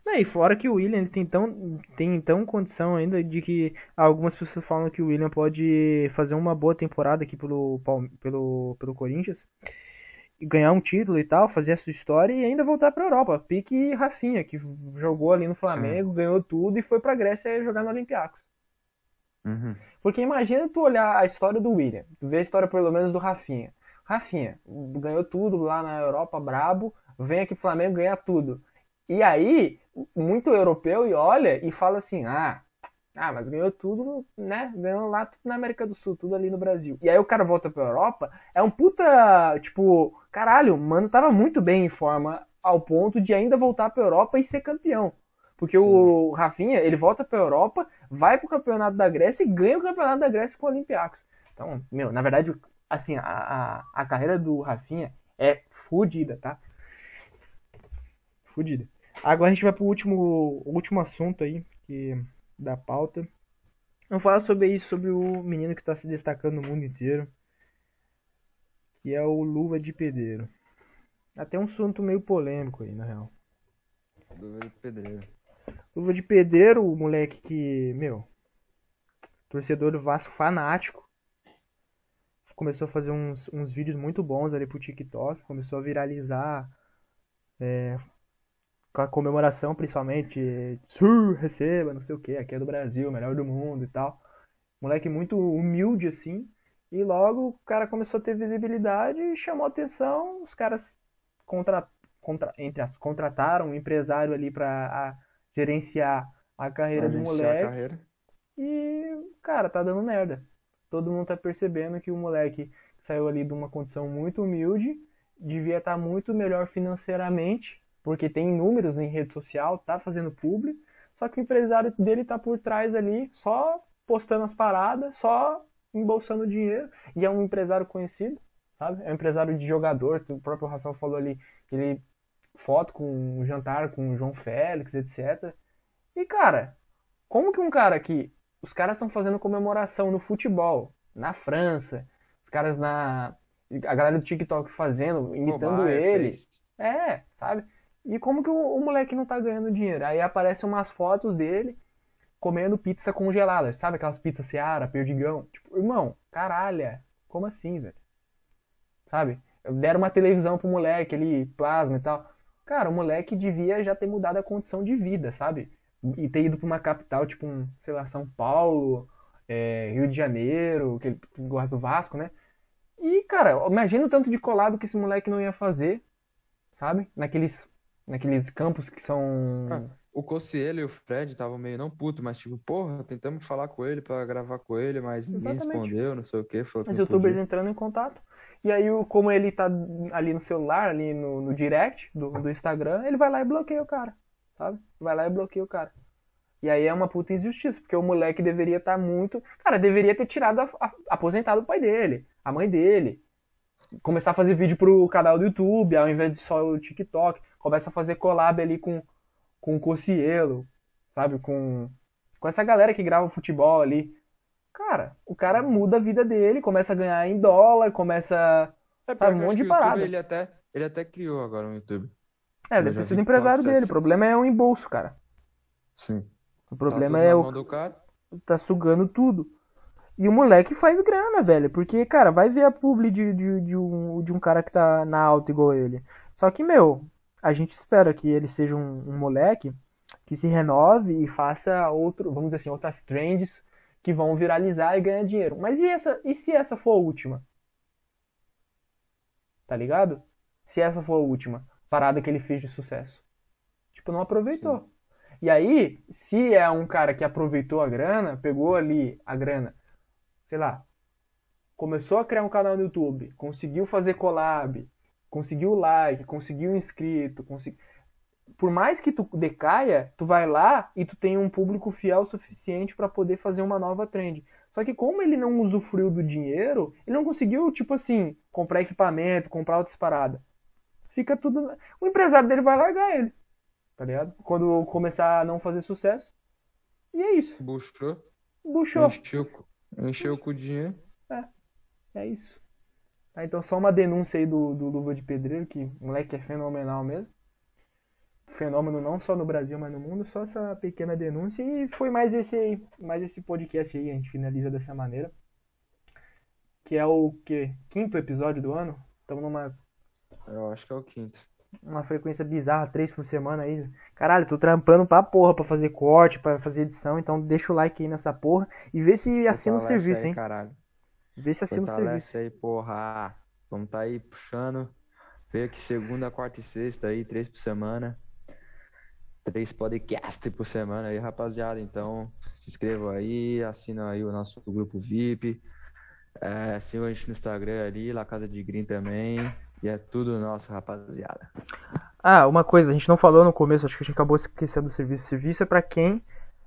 É, e fora que o William ele tem tão, tem tão condição ainda de que algumas pessoas falam que o William pode fazer uma boa temporada aqui pelo, Palme- pelo, pelo Corinthians e ganhar um título e tal, fazer a sua história e ainda voltar pra Europa. Pique Rafinha, que jogou ali no Sim. Flamengo, ganhou tudo e foi pra Grécia jogar no Olympiacos. Uhum. Porque imagina tu olhar a história do William, tu vê a história pelo menos do Rafinha. Rafinha ganhou tudo lá na Europa, brabo, vem aqui pro Flamengo ganhar tudo. E aí, muito europeu e olha e fala assim: ah, ah, mas ganhou tudo, né? Ganhou lá tudo na América do Sul, tudo ali no Brasil. E aí o cara volta pra Europa, é um puta, tipo, caralho, mano, tava muito bem em forma ao ponto de ainda voltar pra Europa e ser campeão. Porque Sim. o Rafinha, ele volta pra Europa, vai pro campeonato da Grécia e ganha o campeonato da Grécia com o Olympiacos. Então, meu, na verdade, assim, a, a, a carreira do Rafinha é fodida, tá? Fodida. Agora a gente vai pro último, último assunto aí, que da pauta. Vamos falar sobre isso, sobre o menino que está se destacando no mundo inteiro, que é o Luva de Pedreiro. Até um assunto meio polêmico aí, na real. Luva de pedreiro. Luva de Pedreiro, o moleque que, meu, torcedor do Vasco fanático, começou a fazer uns, uns vídeos muito bons ali pro TikTok, começou a viralizar com a comemoração, principalmente, Sur, receba, não sei o que, aqui é do Brasil, melhor do mundo e tal. Moleque muito humilde assim. E logo o cara começou a ter visibilidade e chamou atenção. Os caras contra, contra, entre as, contrataram um empresário ali para gerenciar a carreira Pra do gerenciar a moleque. carreira. E, cara, tá dando merda. Todo mundo tá percebendo que o moleque saiu ali de uma condição muito humilde, devia estar muito melhor financeiramente, porque tem números em rede social, tá fazendo publi, só que o empresário dele tá por trás ali, só postando as paradas, só embolsando dinheiro, e é um empresário conhecido, sabe? É um empresário de jogador, o próprio Rafael falou ali, ele foto com um jantar com o João Félix, etcétera. E, cara, como que um cara que os caras estão fazendo comemoração no futebol, na França, os caras na. A galera do TikTok fazendo, Pô, imitando Bayern ele. fez. É, sabe? E como que o, o moleque não tá ganhando dinheiro? Aí aparecem umas fotos dele comendo pizza congelada, sabe aquelas pizzas Seara, Perdigão? Tipo, irmão, caralho, como assim, velho? Sabe? Deram uma televisão pro moleque ali, plasma e tal. Cara, o moleque devia já ter mudado a condição de vida, sabe? E ter ido pra uma capital, tipo, um, sei lá, São Paulo, é, Rio de Janeiro, que ele gosta do Vasco, né? E, cara, imagina o tanto de colado que esse moleque não ia fazer, sabe? Naqueles, naqueles campos que Ah, são. o Cossiello e o Fred estavam meio não puto, mas tipo, porra, tentamos falar com ele pra gravar com ele, mas ninguém Exatamente. respondeu, não sei o que, falou que Os não youtubers podia. entrando em contato. E aí, como ele tá ali no celular, ali no, no direct do, do Instagram, ele vai lá e bloqueia o cara, sabe? Vai lá e bloqueia o cara. E aí é uma puta injustiça, porque o moleque deveria estar muito. Cara, deveria ter tirado, a, a, aposentado o pai dele, a mãe dele. Começar a fazer vídeo pro canal do YouTube, ao invés de só o TikTok. Começa a fazer collab ali com, com o Cocielo, sabe? Com, com essa galera que grava futebol ali. Cara, o cara muda a vida dele, começa a ganhar em dólar, começa. É Sabe, pior um que eu acho monte que de o YouTube, parada. ele até, ele até criou agora um YouTube. É, Eu deve já ter sido vi o que paga empresário dele. O setecentos. problema é o embolso, cara. Sim. O Tá problema tudo é na o mão do cara. tá sugando tudo. E o moleque faz grana, velho. Porque, cara, vai ver a publi de, de, de, um, de um cara que tá na alta igual ele. Só que, meu, a gente espera que ele seja um, um moleque que se renove e faça outro, vamos dizer assim, outras trends que vão viralizar e ganhar dinheiro. Mas e essa, e se essa for a última? Tá ligado? Se essa for a última parada que ele fez de sucesso. Tipo, não Sim. aproveitou. E aí, se é um cara que aproveitou a grana, pegou ali a grana, sei lá, começou a criar um canal no YouTube, conseguiu fazer collab, conseguiu like, conseguiu inscrito, consegui... por mais que tu decaia, tu vai lá e tu tem um público fiel suficiente para poder fazer uma nova trend. Só que como ele não usufruiu do dinheiro, ele não conseguiu, tipo assim, comprar equipamento, comprar outras paradas. Fica tudo. O empresário dele vai largar ele, tá ligado? Quando começar a não fazer sucesso. E é isso. Buchou, Buchou. encheu, o cu- encheu com o dinheiro. É, é isso. Tá, então só uma denúncia aí do, do Luva de Pedreiro, que o moleque é fenomenal mesmo. fenômeno não só no Brasil, mas no mundo, só essa pequena denúncia e foi mais esse, mais esse podcast aí, a gente finaliza dessa maneira, que é o que quinto episódio do ano, estamos numa Eu acho que é o quinto. uma frequência bizarra, três por semana aí. Caralho, tô trampando pra porra, pra fazer corte, pra fazer edição, então deixa o like aí nessa porra e vê se assina o Fortalece serviço, aí, hein? caralho. Vê se assina o serviço. Fortalece aí, porra. Vamos tá aí puxando. Veio aqui segunda, quarta e sexta aí, três por semana. Três podcasts por semana aí, rapaziada. Então, se inscrevam aí, assina aí o nosso grupo V I P. É, siga a gente no Instagram ali, La Casa de Green também. E é tudo nosso, rapaziada. Ah, uma coisa, a gente não falou no começo, acho que a gente acabou esquecendo do serviço. O serviço é pra quem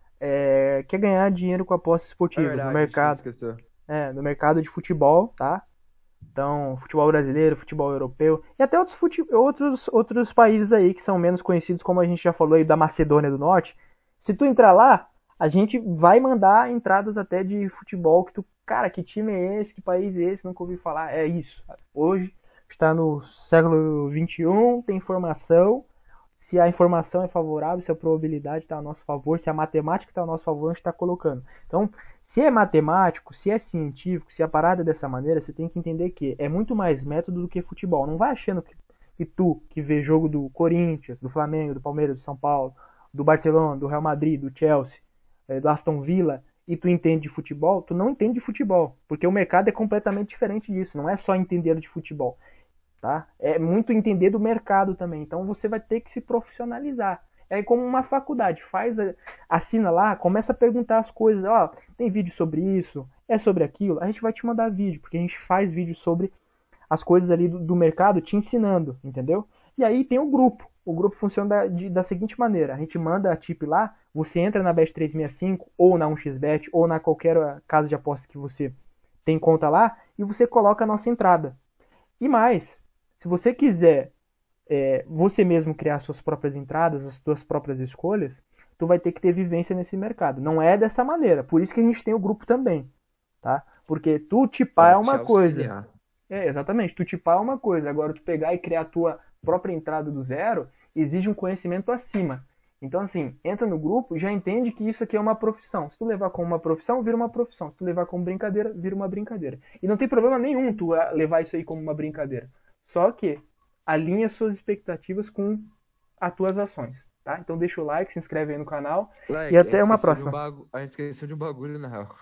é, quer ganhar dinheiro com apostas É esportivas verdade, no a gente mercado, esqueceu. é, no mercado de futebol, tá? Então, futebol brasileiro, futebol europeu e até outros, fute... outros, outros países aí que são menos conhecidos, como a gente já falou aí da Macedônia do Norte. Se tu entrar lá, a gente vai mandar entradas até de futebol que tu, cara, que time é esse, que país é esse, nunca ouvi falar. É isso. Hoje está no século vinte e um, tem informação. Se a informação é favorável, se a probabilidade está a nosso favor, se a matemática está a nosso favor, a gente está colocando. Então, se é matemático, se é científico, se a parada é dessa maneira, você tem que entender que é muito mais método do que futebol. Não vai achando que, que tu, que vê jogo do Corinthians, do Flamengo, do Palmeiras, do São Paulo, do Barcelona, do Real Madrid, do Chelsea, do Aston Villa, e tu entende de futebol, tu não entende de futebol. Porque o mercado é completamente diferente disso. Não é só entender de futebol. Tá? É muito entender do mercado também. Então você vai ter que se profissionalizar. É como uma faculdade, faz, assina lá, começa a perguntar as coisas, ó, tem vídeo sobre isso, é sobre aquilo, a gente vai te mandar vídeo, porque a gente faz vídeo sobre as coisas ali do, do mercado te ensinando, entendeu? E aí tem o grupo. O grupo funciona da, de, da seguinte maneira, a gente manda a tip lá, você entra na Bet trezentos e sessenta e cinco, ou na um x bet, ou na qualquer casa de aposta que você tem conta lá, e você coloca a nossa entrada. E mais, se você quiser é, você mesmo criar suas próprias entradas, as suas próprias escolhas, tu vai ter que ter vivência nesse mercado. Não é dessa maneira. Por isso que a gente tem o grupo também, tá? Porque tu tipar é uma coisa. É, exatamente. Tu tipar é uma coisa. Agora, tu pegar e criar a tua própria entrada do zero, exige um conhecimento acima. Então, assim, entra no grupo e já entende que isso aqui é uma profissão. Se tu levar como uma profissão, vira uma profissão. Se tu levar como brincadeira, vira uma brincadeira. E não tem problema nenhum tu levar isso aí como uma brincadeira. Só que alinha suas expectativas com as tuas ações, tá? Então deixa o like, se inscreve aí no canal Like, e até uma um próxima. bagu... A gente esqueceu de um bagulho, na real.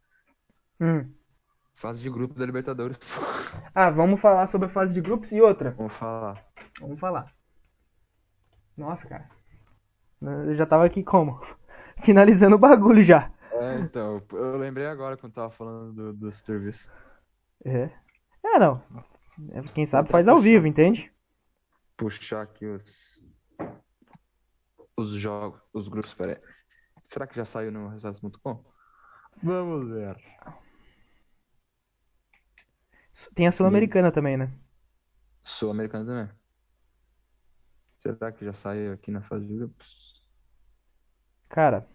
Hum. Fase de grupo da Libertadores. Ah, vamos falar sobre a fase de grupos e outra. Vamos falar. Vamos falar. Nossa, cara. Eu já tava aqui como? Finalizando o bagulho já. É, então, eu lembrei agora quando tava falando do, do serviço. É. É, não. Quem sabe faz ao vivo, entende? Puxar aqui os os jogos, os grupos, peraí. Será que já saiu no resultados ponto com? Vamos ver. Tem a Sul-Americana também, né? Sul-Americana também. Será que já saiu aqui na fase de grupos? Cara,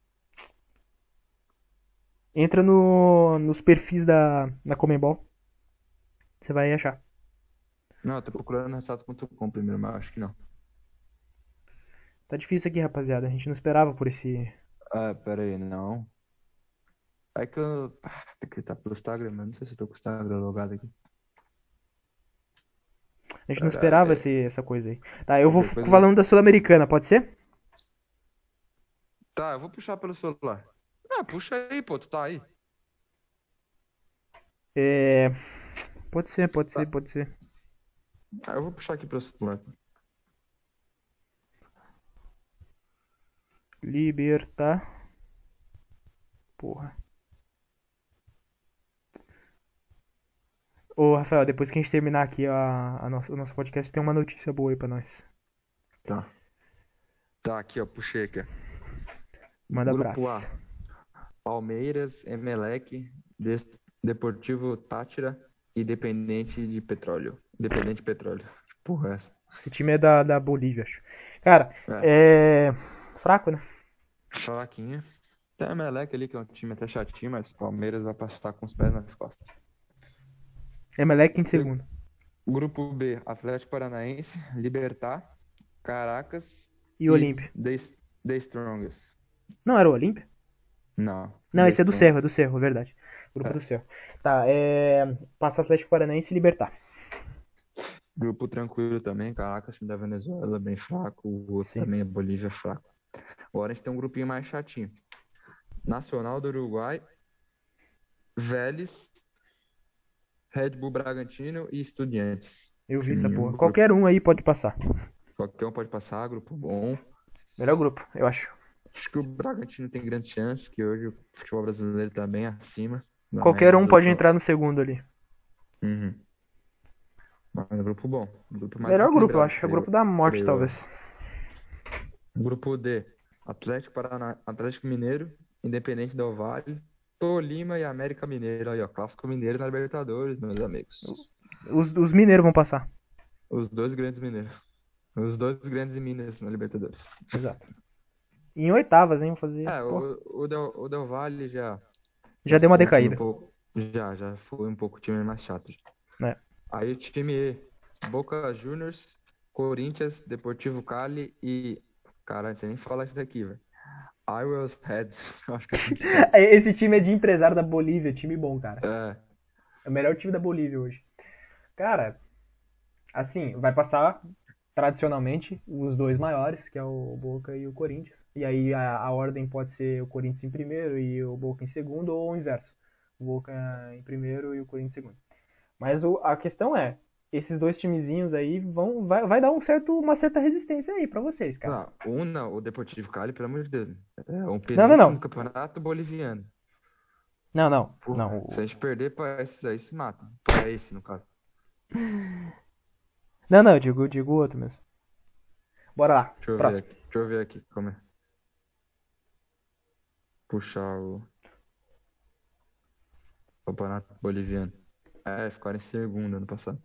entra no, nos perfis da, da Conmebol. Você vai achar. Não, eu tô procurando no resultados ponto com primeiro, mas acho que não. Tá difícil aqui, rapaziada. A gente não esperava por esse... Ah, pera aí, não. É que eu... Ah, tem que estar pelo Instagram, mas não sei se eu tô com o Instagram logado aqui. A gente não Pera esperava aí. esse, essa coisa aí. Tá, eu vou Depois eu- falando da Sul-Americana, pode ser? Tá, eu vou puxar pelo celular. Ah, puxa aí, pô, tu tá aí. É... Pode ser, pode ser, Tá. pode ser. Ah, eu vou puxar aqui pelo celular. Libertar. Porra. Ô, Rafael, depois que a gente terminar aqui a, a nossa, o nosso podcast, tem uma notícia boa aí pra nós. Tá. Tá, aqui, ó, puxei aqui. Manda Grupo abraço. A. Palmeiras, Emelec, Des- Deportivo Táchira e Independente de Petróleo. Independente de Petróleo. Que porra é essa? Esse time é da, da Bolívia, acho. Cara, É. é... Fraco, né? Fraquinho. Tem a Emelec ali, que é um time até chatinho, mas Palmeiras vai passar com os pés nas costas. Emelec em segundo. Grupo B, Atlético Paranaense, Libertad, Caracas E o e Olímpia? The, The Strongest. Não era o Olímpia? Não, Não, The esse é do Cerro, é Strongest. do Cerro, é verdade. Grupo do É. Cerro. Tá, é. Passa Atlético Paranaense e Libertad. Grupo tranquilo também, Caracas, time da Venezuela, bem fraco. O outro Sim. também é Bolívia, fraco. Agora a gente tem um grupinho mais chatinho. Nacional do Uruguai, Vélez, Red Bull Bragantino e Estudiantes. Eu vi essa Timinho, porra. grupo. Qualquer um aí pode passar. Qualquer um pode passar, grupo bom. Melhor grupo, eu acho. Acho que o Bragantino tem grandes chances, que hoje o futebol brasileiro tá bem acima. Qualquer Mas um pode grupo. entrar no segundo ali. Uhum. Mas é um grupo bom. Um grupo mais Melhor grupo, eu desequilibrado, acho. É o creio, grupo da morte, creio eu. talvez. Grupo D. Atlético Paraná, Atlético Mineiro, Independente Del Valle, Tolima e América Mineiro. Aí, ó. Clássico Mineiro na Libertadores, meus amigos. Os, os mineiros vão passar. Os dois grandes mineiros. Os dois grandes Minas na Libertadores. Exato. E em oitavas, hein? Vou fazer. É, Pô, o, o, Del, o Del Valle já, já já deu uma foi um time um decaída. pouco. Já, já foi um pouco o time mais chato. Né? Aí o time E, Boca Juniors, Corinthians, Deportivo Cali e. Caralho, não sei nem falar isso daqui, velho. Irish Reds. Acho que é assim que escreve. Esse time é de empresário da Bolívia. Time bom, cara. É, É o melhor time da Bolívia hoje. Cara, assim, vai passar tradicionalmente os dois maiores, que é o Boca e o Corinthians. E aí a, a ordem pode ser o Corinthians em primeiro e o Boca em segundo, ou o inverso. O Boca em primeiro e o Corinthians em segundo. Mas o- a questão é, esses dois timezinhos aí vão, vai, vai dar um certo, uma certa resistência aí pra vocês, cara. não, um não, o Deportivo Cali, pelo amor de Deus. É um Não, não, penúltimo do não. campeonato boliviano. Não, não. Porra, Não, se a gente perder pra esses aí, se mata. Pra esse, no caso. não, não eu digo, eu digo o outro mesmo. Bora lá, Deixa eu ver próximo. aqui. Deixa eu ver aqui como é. Puxar o campeonato boliviano. É, ficaram em segundo ano passado.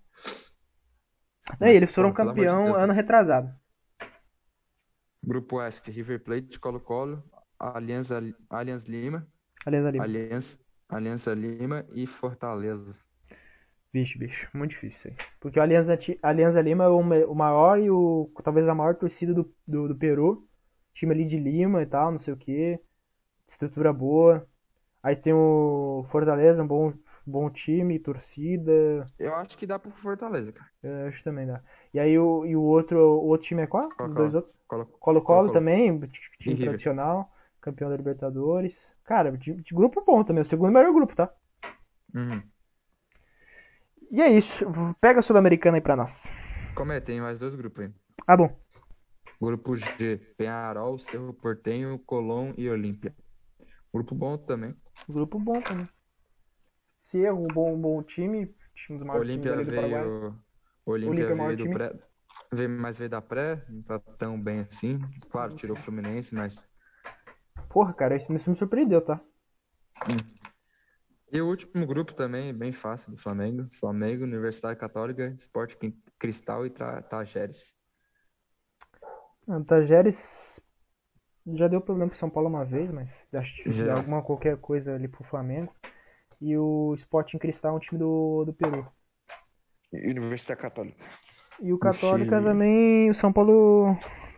Aí, Mas, eles foram porra, pelo amor de campeão Deus, ano velho. retrasado. Grupo F, River Plate, Colo-Colo, Alianza, Alianza Lima, Aliás, ali. Aliança, Aliança Lima e Fortaleza. Bicho, bicho, muito difícil isso aí. Porque o Alianza, Ti- Alianza Lima é o, me- o maior e o. Talvez a maior torcida do, do, do Peru. Time ali de Lima e tal, não sei o que. Estrutura boa. Aí tem o Fortaleza, um bom, bom time, torcida. Eu acho que dá pro Fortaleza, cara. Eu acho que também dá. E aí o, e o outro, o outro time é qual? Os dois Colo-Colo. outros? Colo- Colo-Colo Colo-Colo. também, t- E time River. tradicional, campeão da Libertadores. Cara, de, de grupo bom também, o segundo melhor grupo, tá? Uhum. E é isso. V- Pega a Sul-Americana aí pra nós. Como é? Tem mais dois grupos ainda. Ah, bom. Grupo G, Penharol, Cerro Porteño, Colón e Olímpia. Grupo bom também. Grupo bom também. Cerro, um bom, um bom time. Time dos maiores times Olímpia ali do Paraguai. veio. Olímpia Olímpia é o maior veio do time. pré. Veio, mas veio da pré, não tá tão bem assim. Claro, tirou o Fluminense, mas. Porra, cara, isso me isso me surpreendeu, tá? E o último grupo também, bem fácil, do Flamengo. Flamengo, Universidade Católica, Sport Cristal e Tra- Tajeres. O Tajeres já deu problema pro São Paulo uma vez, mas acho difícil Já. dar alguma qualquer coisa ali pro Flamengo. E o Sporting Cristal é um time do, do Peru. E Universidade Católica. E o Do Católica Chile. também, o São Paulo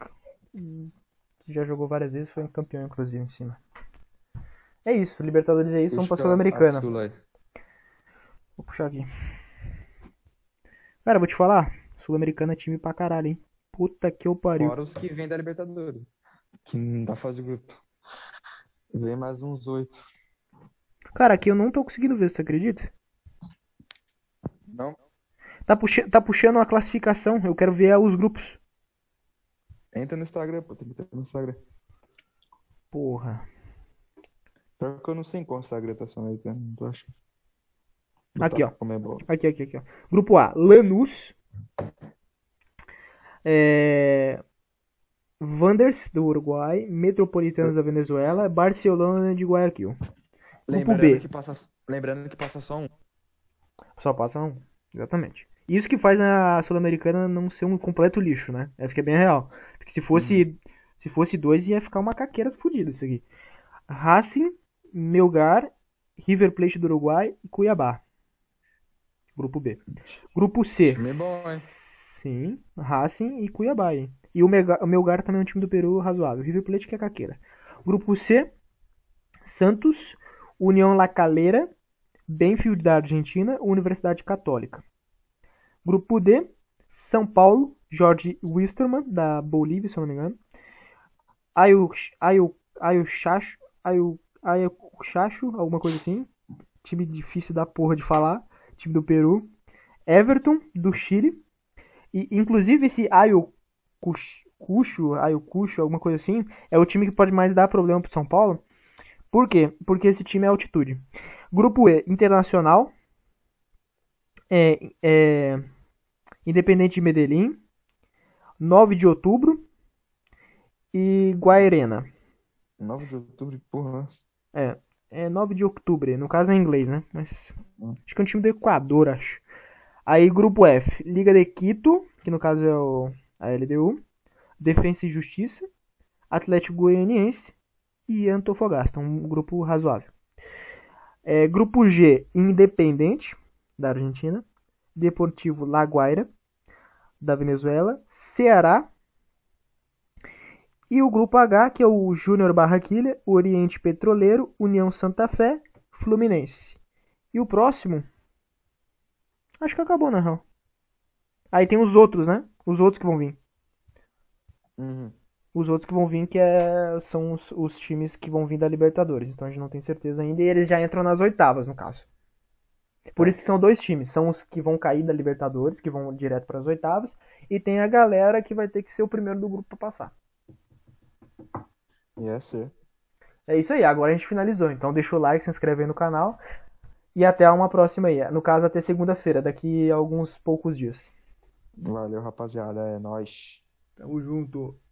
já jogou várias vezes, foi um campeão inclusive em cima. É isso, Libertadores é isso, vamos pra Puxa a Sul-Americana. Sula aí. Vou puxar aqui. Cara, vou te falar, Sul-Americana é time pra caralho, hein? Puta que eu pariu. Fora os que vêm da Libertadores. Que não dá fase de grupo. Vem mais uns oito. Cara, aqui eu não tô conseguindo ver, você acredita? Não? Tá, puxa, tá puxando a classificação, eu quero ver os grupos. Entra no Instagram, pô. Tem que entrar no Instagram. Porra. Pior que eu não sei em qual Instagram tá só americano. Não tô achando. Aqui, ó. Como é bom. Aqui, aqui, aqui, ó. Grupo A, Lanús. É... Wanderers, do Uruguai. Metropolitanos da Venezuela. Barcelona de Guayaquil. Grupo Lembrando B. que passa, lembrando que passa só um. Só passa um. Exatamente. Isso que faz a Sul-Americana não ser um completo lixo, né? Essa que é bem real. Porque se fosse, se fosse dois, ia ficar uma caqueira fodida isso aqui. Racing, Melgar, River Plate do Uruguai e Cuiabá. Grupo B. Grupo C. Time bom, hein? Sim, Racing e Cuiabá. Hein? E o, Mega, o Melgar também é um time do Peru razoável. River Plate que é caqueira. Grupo C, Santos, União La Calera, Banfield da Argentina, Universidade Católica. Grupo D, São Paulo, Jorge Wilstermann da Bolívia, se eu não me engano. Ayacucho, Ayacucho, alguma coisa assim. Time difícil da porra de falar. Time do Peru. Everton, do Chile. E, inclusive, esse Ayacucho, Ayacucho, alguma coisa assim, é o time que pode mais dar problema pro São Paulo. Por quê? Porque esse time é altitude. Grupo E, Internacional. É, é, Independente de Medellín. nove de outubro. E Guairena. nove de outubro, porra. É, é nove de outubro, no caso é em inglês, né? Mas Hum. acho que é um time do Equador, acho. Aí grupo F, Liga de Quito, que no caso é o, a L D U, Defensa e Justiça, Atlético Goianiense e Antofagasta, um grupo razoável. É, grupo G, Independente, da Argentina, Deportivo La Guaira, da Venezuela, Ceará, e o grupo H, que é o Júnior Barranquilla, Oriente Petroleiro, União Santa Fé, Fluminense. E o próximo, acho que acabou, na real. Aí tem os outros, né? Os outros que vão vir. Uhum. Os outros que vão vir que é, são os, os times que vão vir da Libertadores. Então a gente não tem certeza ainda. E eles já entram nas oitavas, no caso. Por isso que são dois times. São os que vão cair da Libertadores, que vão direto para as oitavas. E tem a galera que vai ter que ser o primeiro do grupo para passar. Yes, sir. É isso aí. Agora a gente finalizou. Então deixa o like, se inscreve aí no canal. E até uma próxima aí. No caso, até segunda-feira, daqui a alguns poucos dias. Valeu, rapaziada. É nóis. Tamo junto.